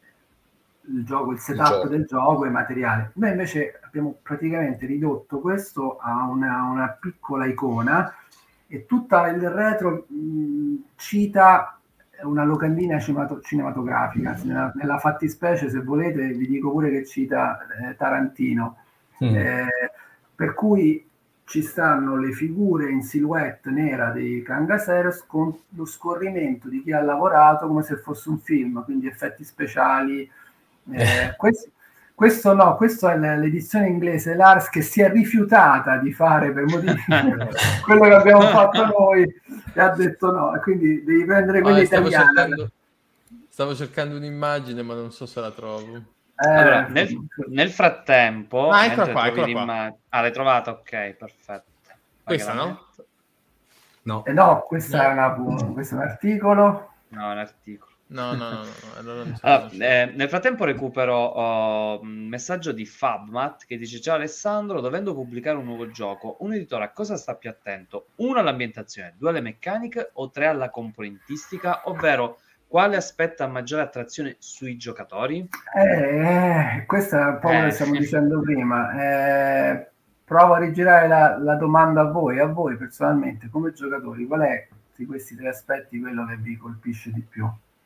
il gioco, il setup il gioco. del gioco e i materiali. Noi invece abbiamo praticamente ridotto questo a una, una piccola icona e tutta il retro mh, cita una locandina cinemato- cinematografica. Nella, nella fattispecie, se volete, vi dico pure che cita eh, Tarantino. Mm. Eh, per cui ci stanno le figure in silhouette nera dei Kangaseros con lo scorrimento di chi ha lavorato come se fosse un film, quindi effetti speciali. Eh, questo, questo no, questo è l'edizione inglese Lars che si è rifiutata di fare per motivi quello che abbiamo fatto noi e ha detto no, quindi devi prendere quella ah, italiana. Stavo cercando, stavo cercando un'immagine ma non so se la trovo. Eh, allora, nel, nel frattempo ah, eccola qua, eccola qua. Ah, l'hai trovata? Ok, perfetto. Questa no? No, eh, no questa no. È una, questo è un articolo. No, è un articolo. No, no, no, no. Allora, non so, allora, non so. Eh, nel frattempo recupero uh, un messaggio di Fabmat che dice: ciao Alessandro, dovendo pubblicare un nuovo gioco, un editore a cosa sta più attento? Uno all'ambientazione, due alle meccaniche o tre alla componentistica, ovvero quale aspetta maggiore attrazione sui giocatori? Eh, questo è un po' quello che stiamo dicendo prima. Eh, provo a rigirare la, la domanda a voi, a voi personalmente come giocatori, qual è di questi tre aspetti quello che vi colpisce di più?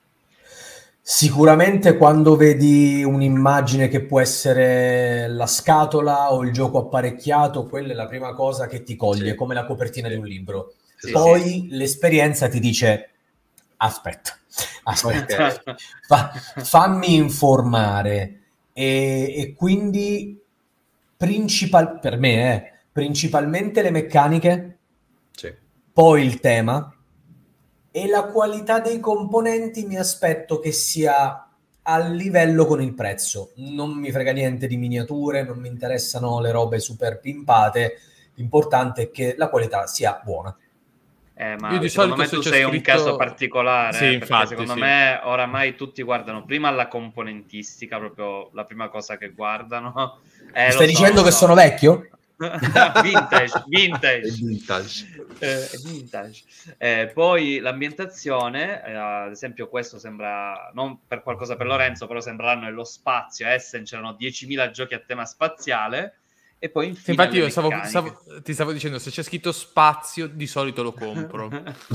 Sicuramente quando vedi un'immagine che può essere la scatola o il gioco apparecchiato, quella è la prima cosa che ti coglie, sì. come la copertina sì. di un libro. Sì, Poi sì. l'esperienza ti dice aspetta, aspetta, okay. Fa, fammi informare e, e quindi principal, per me eh, principalmente le meccaniche, sì. poi il tema. E la qualità dei componenti mi aspetto che sia a livello con il prezzo. Non mi frega niente di miniature, non mi interessano le robe super pimpate. L'importante è che la qualità sia buona. Eh, ma Io di secondo me tu sei scritto... un caso particolare, sì, eh, infatti, perché secondo sì. me oramai tutti guardano prima alla componentistica, proprio la prima cosa che guardano. Eh, Stai so, dicendo che so. sono vecchio? vintage, vintage, vintage. Eh, vintage. Eh, poi l'ambientazione, eh, ad esempio questo sembra, non per qualcosa per Lorenzo, però sembreranno nello spazio, a Essen c'erano diecimila giochi a tema spaziale e poi infine infatti io stavo, stavo, ti stavo dicendo se c'è scritto spazio di solito lo compro.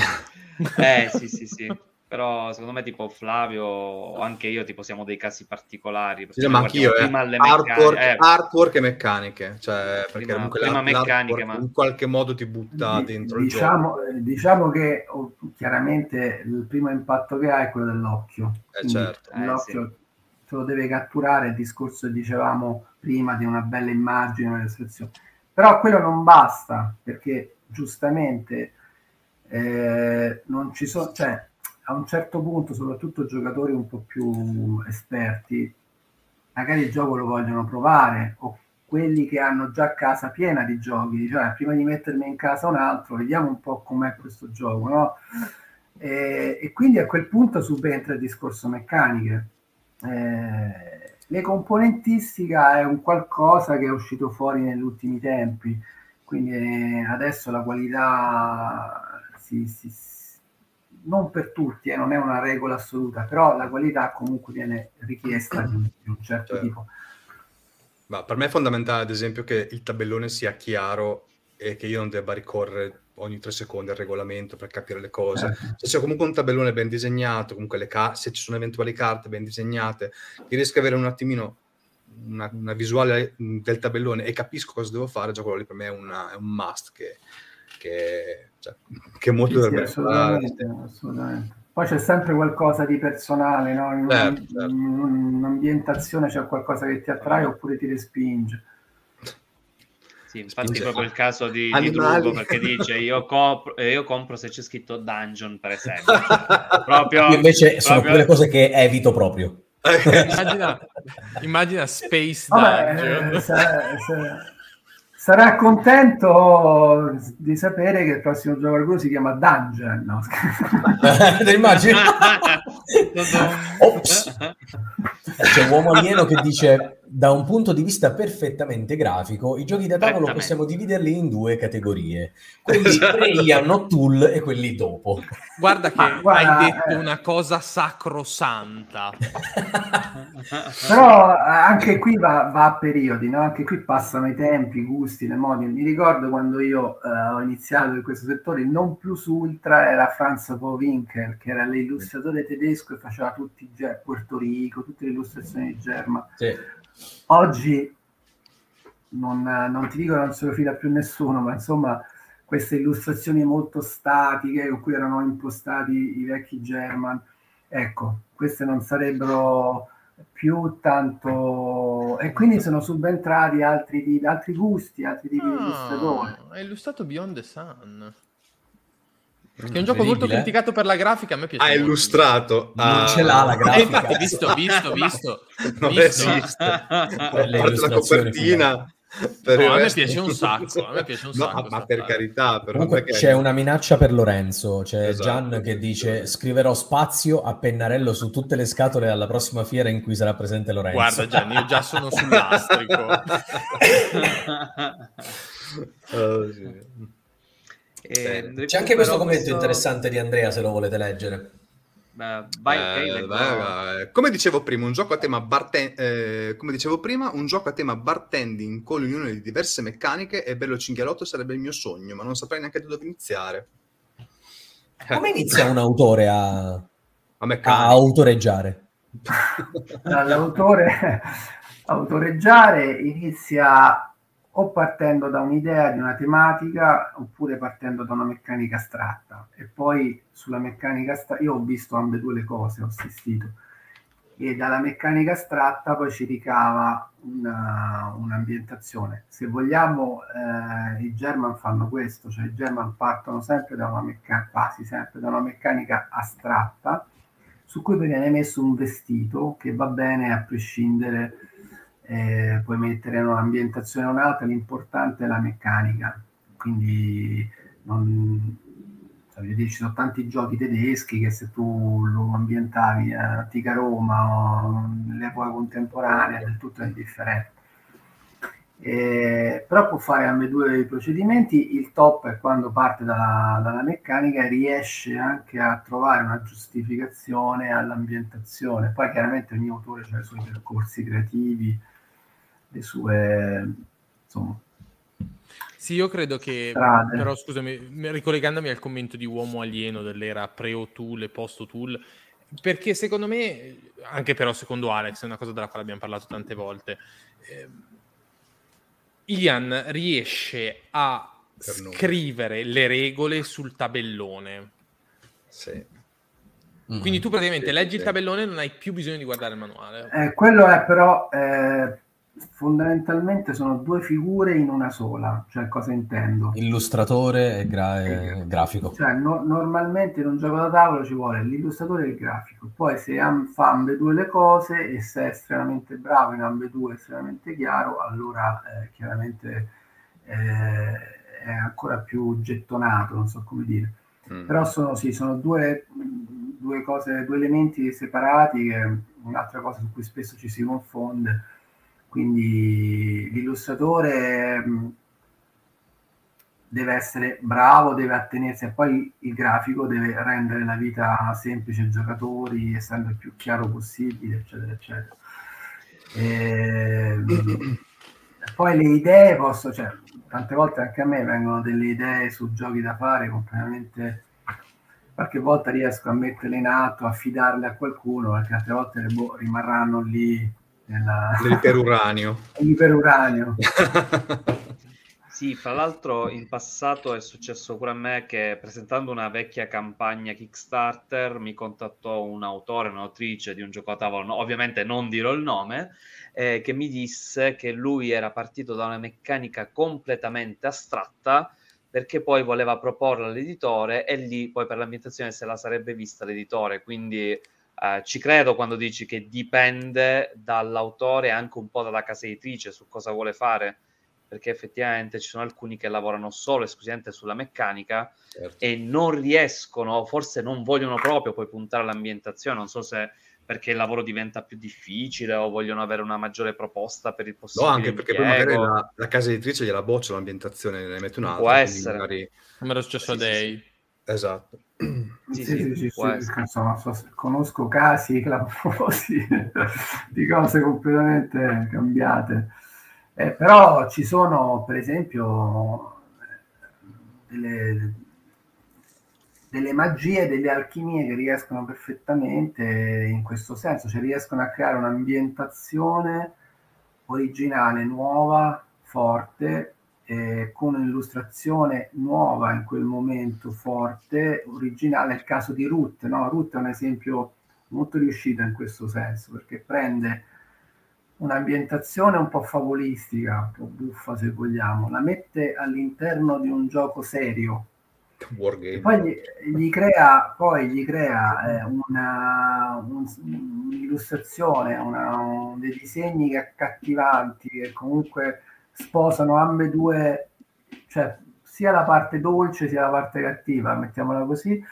eh sì sì sì, però secondo me tipo Flavio o anche io tipo siamo dei casi particolari, sì, ma anch'io eh. artwork, eh. artwork e meccaniche, cioè perché prima, comunque prima meccaniche, ma... in qualche modo ti butta dentro diciamo, il gioco. Diciamo che oh, chiaramente il primo impatto che ha è quello dell'occhio, eh, certo. l'occhio eh, sì. te lo deve catturare, il discorso che dicevamo prima di una bella immagine, una descrizione. Però quello non basta, perché giustamente eh, non ci sono, cioè a un certo punto, soprattutto giocatori un po' più esperti, magari il gioco lo vogliono provare, o quelli che hanno già casa piena di giochi, cioè prima di mettermi in casa un altro, vediamo un po' com'è questo gioco, no? E, e quindi a quel punto subentra il discorso meccaniche. Eh, le componentistica è un qualcosa che è uscito fuori negli ultimi tempi, quindi eh, adesso la qualità si, si, non per tutti, eh, non è una regola assoluta, però la qualità comunque viene richiesta di un, di un certo certo. tipo. Ma per me è fondamentale, ad esempio, che il tabellone sia chiaro e che io non debba ricorrere ogni tre secondi al regolamento per capire le cose. Eh. Se c'è comunque un tabellone ben disegnato, comunque le car- se ci sono eventuali carte ben disegnate, che riesco a avere un attimino una, una visuale del tabellone e capisco cosa devo fare, già quello lì per me è, una, è un must che, che, cioè, che molto sì, dovrebbe sì, assolutamente, assolutamente. Poi c'è sempre qualcosa di personale, no? In, certo, certo. in un'ambientazione c'è qualcosa che ti attrae oppure ti respinge. Sì, infatti spinge. Proprio il caso di, di Drugo, perché dice io, compro, io compro se c'è scritto dungeon, per esempio. Cioè, proprio, io invece proprio... sono quelle cose che evito proprio. immagina, immagina Space Vabbè, Dungeon. eh, sa- sa- sarà contento di sapere che il prossimo gioco al si chiama Dungeon. No, Te immagini? Ops. C'è Uomo Alieno che dice: da un punto di vista perfettamente grafico, i giochi da tavolo Perfettamente. possiamo dividerli in due categorie, quelli pre-Ian O'Toole e quelli dopo. Guarda che Ma guarda, hai detto eh. una cosa sacrosanta. Però eh, anche qui va, va a periodi, no? Anche qui passano i tempi, i gusti, le modi. Mi ricordo quando io eh, ho iniziato in questo settore, il non plus ultra era Franz Winkel, che era l'illustratore tedesco e faceva tutti i Ge- Puerto Rico, tutte le illustrazioni di Germa. Sì. Oggi non, non ti dico che non se lo fila più nessuno, ma insomma queste illustrazioni molto statiche con cui erano impostati i vecchi German, ecco, queste non sarebbero più tanto, e quindi sono subentrati altri, tipi- altri gusti, altri tipi di illustratori. Ah, hai illustrato Beyond the Sun, che è un gioco molto Incredibile, eh? criticato per la grafica. A me piace Ha molto. illustrato. Non ah, ce l'ha la Eh, grafica. infatti, visto, visto, visto, Non visto. esiste. A Le parte la illustrazioni copertina. Per No, il a me resto- piace un sacco, a me piace un No, sacco ma sta per fare. carità, però Comunque non è che- c'è una minaccia per Lorenzo, c'è Esatto. Gian che dice: scriverò spazio a pennarello su tutte le scatole alla prossima fiera in cui sarà presente Lorenzo. Guarda Gianni, io già sono sul lastrico. Oh, sì. E Bene. C'è anche questo recupero commento interessante di Andrea, se lo volete leggere. Beh, vai, ok, Eh, leggo. vai, vai. Come dicevo prima, un gioco a tema barten- eh, come dicevo prima, un gioco a tema bartending con l'unione di diverse meccaniche e bello cinghialotto sarebbe il mio sogno, ma non saprei neanche da dove iniziare. Come inizia un autore a, A a meccaniche. autoreggiare? Allora, l'autore autoreggiare inizia o partendo da un'idea di una tematica oppure partendo da una meccanica astratta, e poi sulla meccanica astratta io ho visto ambedue le cose, ho assistito, e dalla meccanica astratta poi ci ricava una, un'ambientazione. Se vogliamo, eh, i German fanno questo, cioè i German partono sempre da una meccanica, quasi sempre da una meccanica astratta su cui viene messo un vestito che va bene a prescindere. Eh, puoi mettere in un'ambientazione o un'altra, l'importante è la meccanica. Quindi non, cioè, ci sono tanti giochi tedeschi che se tu lo ambientavi a antica Roma o nell'epoca contemporanea del tutto è indifferente. Eh, però può fare ambedue i procedimenti. Il top è quando parte dalla, dalla meccanica e riesce anche a trovare una giustificazione all'ambientazione. Poi chiaramente ogni autore ha i suoi percorsi creativi, le sue, insomma, Sì, io credo che, strade. però scusami, ricollegandomi al commento di Uomo Alieno dell'era pre-O'Toole e post-O'Toole, perché secondo me, anche però secondo Alex, è una cosa della quale abbiamo parlato tante volte, eh, Ian riesce a Per noi. scrivere le regole sul tabellone. Sì. Quindi tu praticamente Sì, leggi sì. il tabellone e non hai più bisogno di guardare il manuale. Eh, quello è però eh, fondamentalmente sono due figure in una sola, cioè cosa intendo? Illustratore e gra- eh, grafico. Cioè, no- normalmente in un gioco da tavolo ci vuole l'illustratore e il grafico, poi se am- fa ambedue le cose e se è estremamente bravo in ambedue, estremamente chiaro, allora eh, chiaramente eh, è ancora più gettonato, non so come dire. Mm. Però sono, sì, sono due, due cose, due elementi separati, che è un'altra cosa su cui spesso ci si confonde. Quindi l'illustratore mh, deve essere bravo, deve attenersi, e poi il grafico deve rendere la vita semplice ai giocatori, essendo il più chiaro possibile, eccetera, eccetera. E, poi le idee posso, cioè, tante volte anche a me vengono delle idee su giochi da fare completamente, qualche volta riesco a metterle in atto, a affidarle a qualcuno, perché altre volte le boh, rimarranno lì nella... L'iperuranio. l'iperuranio. Sì, fra l'altro in passato è successo pure a me che presentando una vecchia campagna Kickstarter mi contattò un autore, un'autrice di un gioco a tavolo, no, ovviamente non dirò il nome, eh, che mi disse che lui era partito da una meccanica completamente astratta perché poi voleva proporla all'editore e lì poi per l'ambientazione se la sarebbe vista l'editore, quindi Uh, ci credo quando dici che dipende dall'autore e anche un po' dalla casa editrice su cosa vuole fare, perché effettivamente ci sono alcuni che lavorano solo esclusivamente sulla meccanica, certo, e non riescono, forse non vogliono proprio poi puntare all'ambientazione, non so se perché il lavoro diventa più difficile o vogliono avere una maggiore proposta per il possibile no, anche perché impiego. poi magari la, la casa editrice gliela boccia l'ambientazione, ne mette un'altra. Può essere. Magari... Come era successo sì, a Day. Sì, sì. Esatto. Sì, sì, sì, sì, sì, insomma, so, conosco casi clamorosi di cose completamente cambiate. Eh, però ci sono, per esempio, delle, delle magie, delle alchimie che riescono perfettamente in questo senso, cioè riescono a creare un'ambientazione originale, nuova, forte, eh, con un'illustrazione nuova in quel momento, forte, originale. È il caso di Ruth, no? Ruth è un esempio molto riuscito in questo senso, perché prende un'ambientazione un po' favolistica, un po' buffa se vogliamo, la mette all'interno di un gioco serio, Wargame. E poi gli, gli crea poi gli crea eh, una, un, un'illustrazione, una, un, dei disegni accattivanti che comunque sposano ambedue, cioè sia la parte dolce sia la parte cattiva, mettiamola così,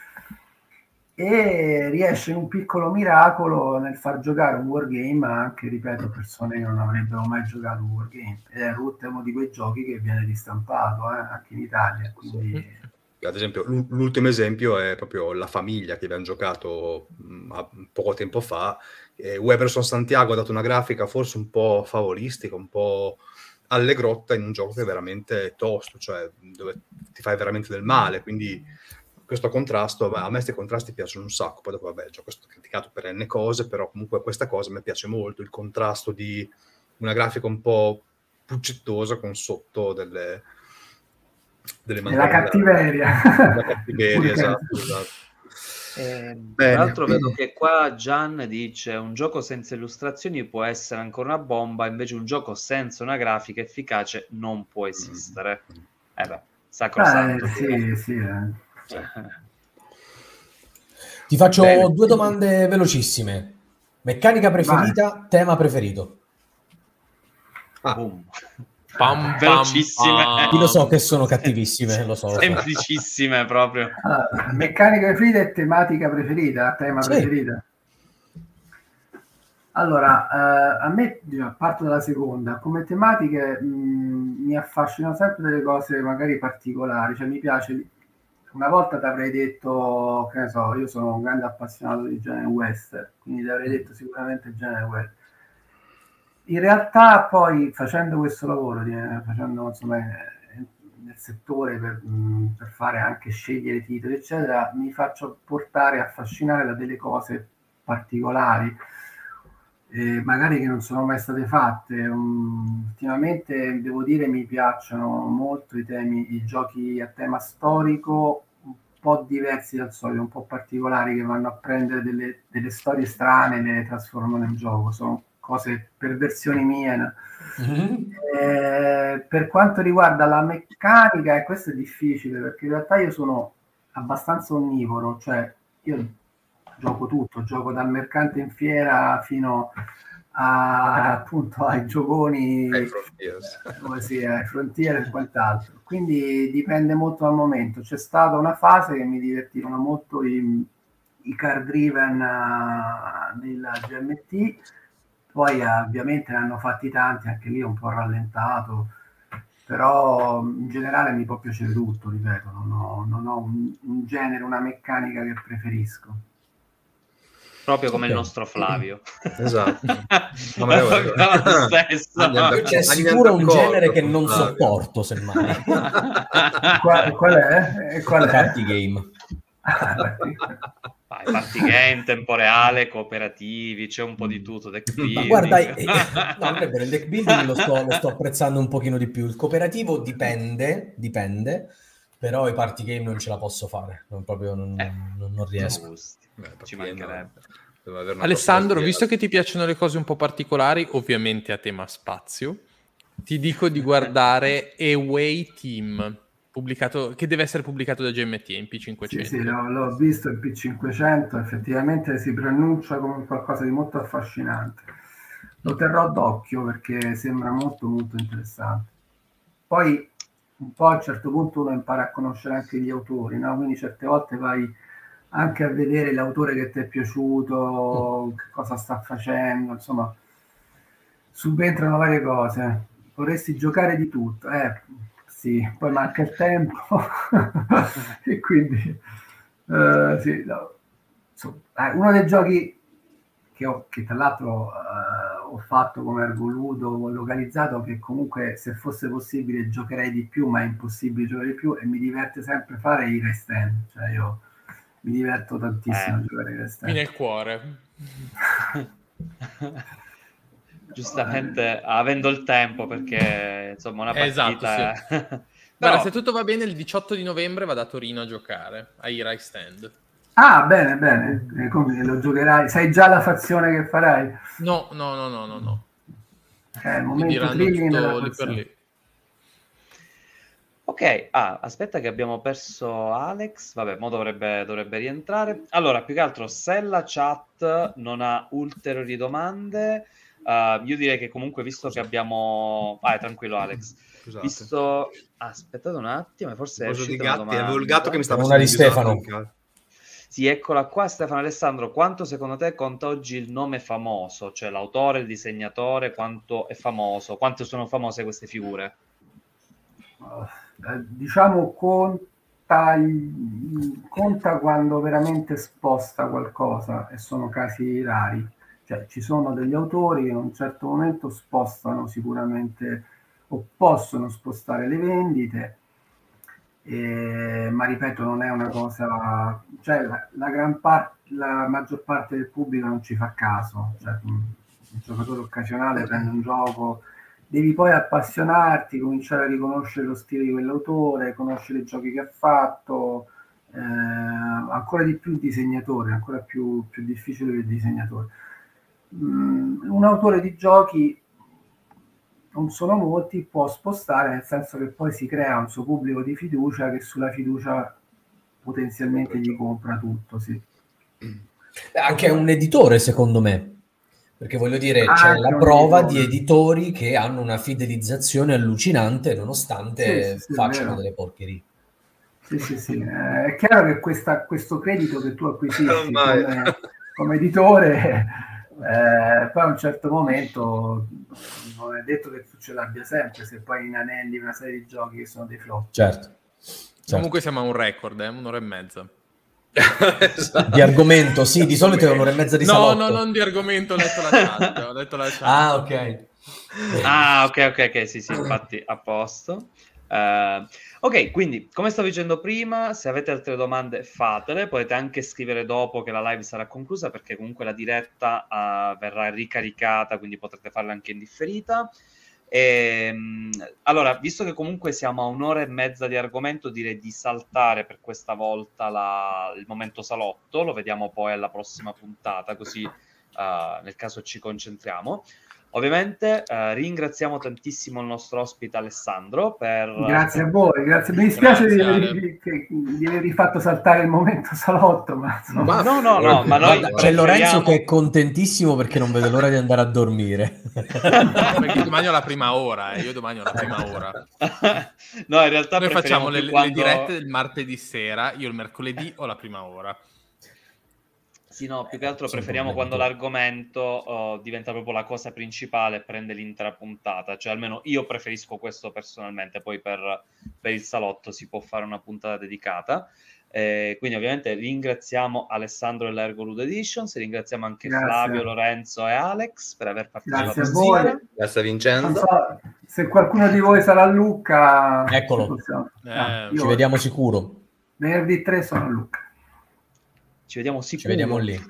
e riesce in un piccolo miracolo nel far giocare un wargame anche, ripeto, persone che non avrebbero mai giocato un wargame. Ed è Root, è uno di quei giochi che viene ristampato eh, anche in Italia, quindi... Ad esempio, l'ultimo esempio è proprio La Famiglia, che abbiamo giocato mh, poco tempo fa. E Weberson Santiago ha dato una grafica forse un po' favolistica, un po' allegrotta, in un gioco che è veramente tosto, cioè dove ti fai veramente del male, quindi questo contrasto, a me questi contrasti piacciono un sacco. Poi dopo, vabbè, il gioco è stato criticato per n cose, però comunque questa cosa mi piace molto, il contrasto di una grafica un po' puccettosa con sotto delle... delle la cattiveria, la cattiveria esatto, esatto. Eh, tra l'altro vedo che qua Gian dice un gioco senza illustrazioni può essere ancora una bomba, invece un gioco senza una grafica efficace non può esistere. Eh beh, sacrosanto. Eh, sì, sì, eh. Sì. Ti faccio Bene. due domande velocissime. Meccanica preferita, Vai. tema preferito. Ah. Boom. Pam, pam, Velocissime. pam. Io lo so che sono cattivissime, lo so. Lo so. Semplicissime proprio. Allora, meccanica preferita e tematica preferita, tema Sì. preferita. Allora, eh, a me, diciamo, parto dalla seconda, come tematiche mh, mi affascinano sempre delle cose magari particolari, cioè mi piace, una volta ti avrei detto, che ne so, io sono un grande appassionato di genere western, quindi ti avrei detto sicuramente genere western. In realtà poi facendo questo lavoro, facendo insomma nel settore per, per fare anche scegliere titoli eccetera, mi faccio portare, affascinare da delle cose particolari, eh, magari che non sono mai state fatte. Um, ultimamente devo dire mi piacciono molto i temi, i giochi a tema storico, un po' diversi dal solito, un po' particolari, che vanno a prendere delle, delle storie strane e le trasformano in gioco. Sono cose per versioni mie. Mm-hmm. Eh, per quanto riguarda la meccanica, e questo è difficile perché in realtà io sono abbastanza onnivoro, cioè io gioco tutto, gioco dal mercante in fiera fino a, appunto ai gioconi ai Frontiers, così, ai Frontier e quant'altro, quindi dipende molto dal momento. C'è stata una fase che mi divertivano molto i, i car driven uh, della G M T. Poi eh, ovviamente ne hanno fatti tanti, anche lì un po' rallentato, però in generale mi può piacere tutto, ripeto, non ho, non ho un, un genere, una meccanica che preferisco. Proprio come okay. il nostro Flavio. Esatto. No, ma lo stesso. C'è sicuro un genere che non Flavio. Sopporto, semmai. Qual, qual è? Qual è? Party game. Vai, party game, tempo reale, cooperativi, c'è un po' di tutto, deck building. Ma guarda, eh, no, non è vero, il deck building lo sto, lo sto apprezzando un pochino di più. Il cooperativo dipende, dipende, però i party game non ce la posso fare, non, proprio non, eh, non, non riesco. Beh, ci mancherebbe. Alessandro, visto che ti piacciono le cose un po' particolari, ovviamente a tema spazio, ti dico di guardare Away Team. pubblicato, che deve essere pubblicato da G M T in P cinquecento. Sì, sì, l'ho, l'ho visto in P cinquecento, effettivamente si preannuncia come qualcosa di molto affascinante. Lo terrò d'occhio perché sembra molto molto interessante. Poi un po' a un certo punto uno impara a conoscere anche gli autori, no? Quindi certe volte vai anche a vedere l'autore che ti è piaciuto, che cosa sta facendo, insomma, subentrano varie cose. Vorresti giocare di tutto, eh, sì, poi manca il tempo e quindi uh, sì, no. So, eh, uno dei giochi che, ho, che tra l'altro uh, ho fatto come Ergoludo, ho localizzato, che comunque se fosse possibile giocherei di più, ma è impossibile giocare di più e mi diverte sempre fare i rest end, cioè io mi diverto tantissimo eh, a giocare i rest end. Qui nel cuore. Giustamente, avendo il tempo, perché insomma una partita... Esatto, sì. Però... Guarda, se tutto va bene, il diciotto di novembre vado a Torino a giocare ai Rai Stand. Ah, bene, bene. E come lo giocherai? Sai già la fazione che farai? No, no, no, no, no, no. È il Mi momento diranno thrilling della tutto lì per fazione. lì. Ok, ah, aspetta che abbiamo perso Alex, vabbè, mo dovrebbe, dovrebbe rientrare. Allora, più che altro, se la chat non ha ulteriori domande, uh, io direi che comunque, visto che abbiamo... Vai, tranquillo Alex. Scusate. Visto... Aspettate un attimo, forse è Cosa di uscita una gatti? domanda. Avevo il gatto che mi stava Una di facendo Stefano. disordine. Sì, eccola qua, Stefano Alessandro. Quanto secondo te conta oggi il nome famoso? Cioè l'autore, il disegnatore, quanto è famoso? Quanto sono famose queste figure? Eh, diciamo conta, conta quando veramente sposta qualcosa, e sono casi rari. Cioè ci sono degli autori che in un certo momento spostano sicuramente o possono spostare le vendite, eh, ma ripeto, non è una cosa, cioè la, la gran parte, la maggior parte del pubblico non ci fa caso. Cioè, un, un giocatore occasionale prende un gioco, devi poi appassionarti, cominciare a riconoscere lo stile di quell'autore, conoscere i giochi che ha fatto, eh, ancora di più il disegnatore, ancora più, più difficile che il disegnatore. Mm, un autore di giochi, non sono molti, può spostare, nel senso che poi si crea un suo pubblico di fiducia che sulla fiducia potenzialmente gli compra tutto, sì. Anche un editore, secondo me. Perché voglio dire, Ah, c'è anche la un prova editore. di editori che hanno una fidelizzazione allucinante nonostante Sì, sì, sì, è facciano vero. delle porcherie. Sì, sì, sì. Eh, è chiaro che questa, questo credito che tu acquisisci Ormai. come, come editore, eh, poi a un certo momento non è detto che tu ce l'abbia sempre, se poi inanelli una serie di giochi che sono dei flop. Certo. certo. Comunque siamo a un record, eh? Un'ora e mezza. Esatto. Di argomento, sì, di solito è un'ora e mezza di No, salotto. no, non di argomento, ho letto la chat. Ho letto la chat. Ah, ok. Ah, ok, ok, ok, sì, sì, infatti, a posto. Uh, ok, quindi, come stavo dicendo prima, se avete altre domande fatele, potete anche scrivere dopo che la live sarà conclusa, perché comunque la diretta uh, verrà ricaricata, quindi potrete farla anche in differita. E, allora, visto che comunque siamo a un'ora e mezza di argomento, direi di saltare per questa volta la, il momento salotto, lo vediamo poi alla prossima puntata, così uh, nel caso ci concentriamo. Ovviamente uh, ringraziamo tantissimo il nostro ospite Alessandro per... Grazie a voi, grazie. Mi dispiace di, Grazie, aver, di, che- di avervi fatto saltare il momento salotto, ma insomma, Ma No, no, no, ma noi Guarda, c'è Lorenzo preferiamo- che è contentissimo perché non vede l'ora di andare a dormire. Perché domani ho la prima ora, eh. Io domani ho la prima ora. No, in realtà Noi facciamo preferiamo le, più le quando- dirette del martedì sera, io il mercoledì ho la prima ora. Sì, no, più che altro Sì, preferiamo un quando momento. l'argomento uh, diventa proprio la cosa principale e prende l'intera puntata. Cioè, almeno io preferisco questo personalmente. Poi per, per il salotto si può fare una puntata dedicata. Eh, quindi, ovviamente, ringraziamo Alessandro e l'Ergoludo Editions. Ringraziamo anche Grazie. Flavio, Lorenzo e Alex per aver partecipato grazie a stasera. voi. Grazie a Non Vincenzo. so, se qualcuno di voi sarà a Lucca, Eccolo. ci possiamo- Eh, ah, Ci io vediamo sicuro. venerdì tre sono a Lucca. Ci vediamo sicuro. Ci vediamo lì.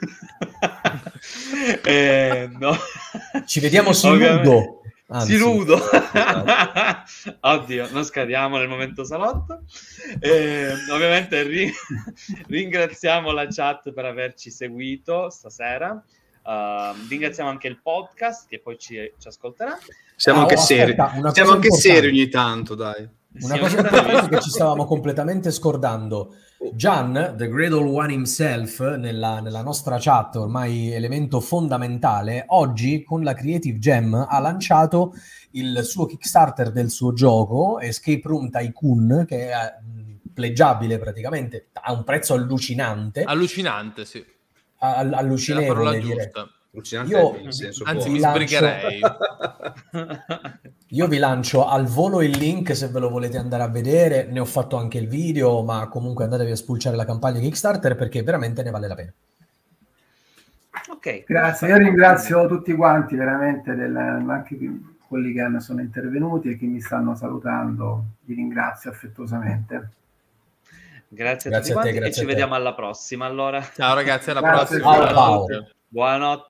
eh, no. Ci vediamo su Ovviamente- nudo. Anzi. Si nudo. Oddio, non scadiamo nel momento salotto. Eh, ovviamente ri- ringraziamo la chat per averci seguito stasera. Uh, ringraziamo anche il podcast che poi ci, ci ascolterà. Siamo Ah, anche oh, seri. aspetta, una Siamo cosa anche importante. seri ogni tanto, dai. Una Sì, cosa ogni tanto importante vi- che ci stavamo completamente scordando. Gian, The Gradle One himself, nella, nella nostra chat, ormai elemento fondamentale, oggi con la Creative Jam ha lanciato il suo Kickstarter del suo gioco, Escape Room Tycoon, che è mh, pleggiabile praticamente, a un prezzo allucinante, Allucinante, sì. a- È la parola allucinevole direi. giusta. Allucinante Io- in senso Anzi, vi mi buono. lancio- sbrigherei. Io vi lancio al volo il link se ve lo volete andare a vedere, ne ho fatto anche il video, ma comunque andatevi a spulciare la campagna Kickstarter perché veramente ne vale la pena. Ok, Grazie, io ringrazio tutti quanti veramente, del, anche chi- quelli che hanno- sono intervenuti e che mi stanno salutando, vi ringrazio affettuosamente. Grazie a Grazie tutti a te, quanti e grazie ci a te. vediamo alla prossima. Allora, Ciao ragazzi, alla Grazie, prossima. ciao. Buonanotte. buonanotte.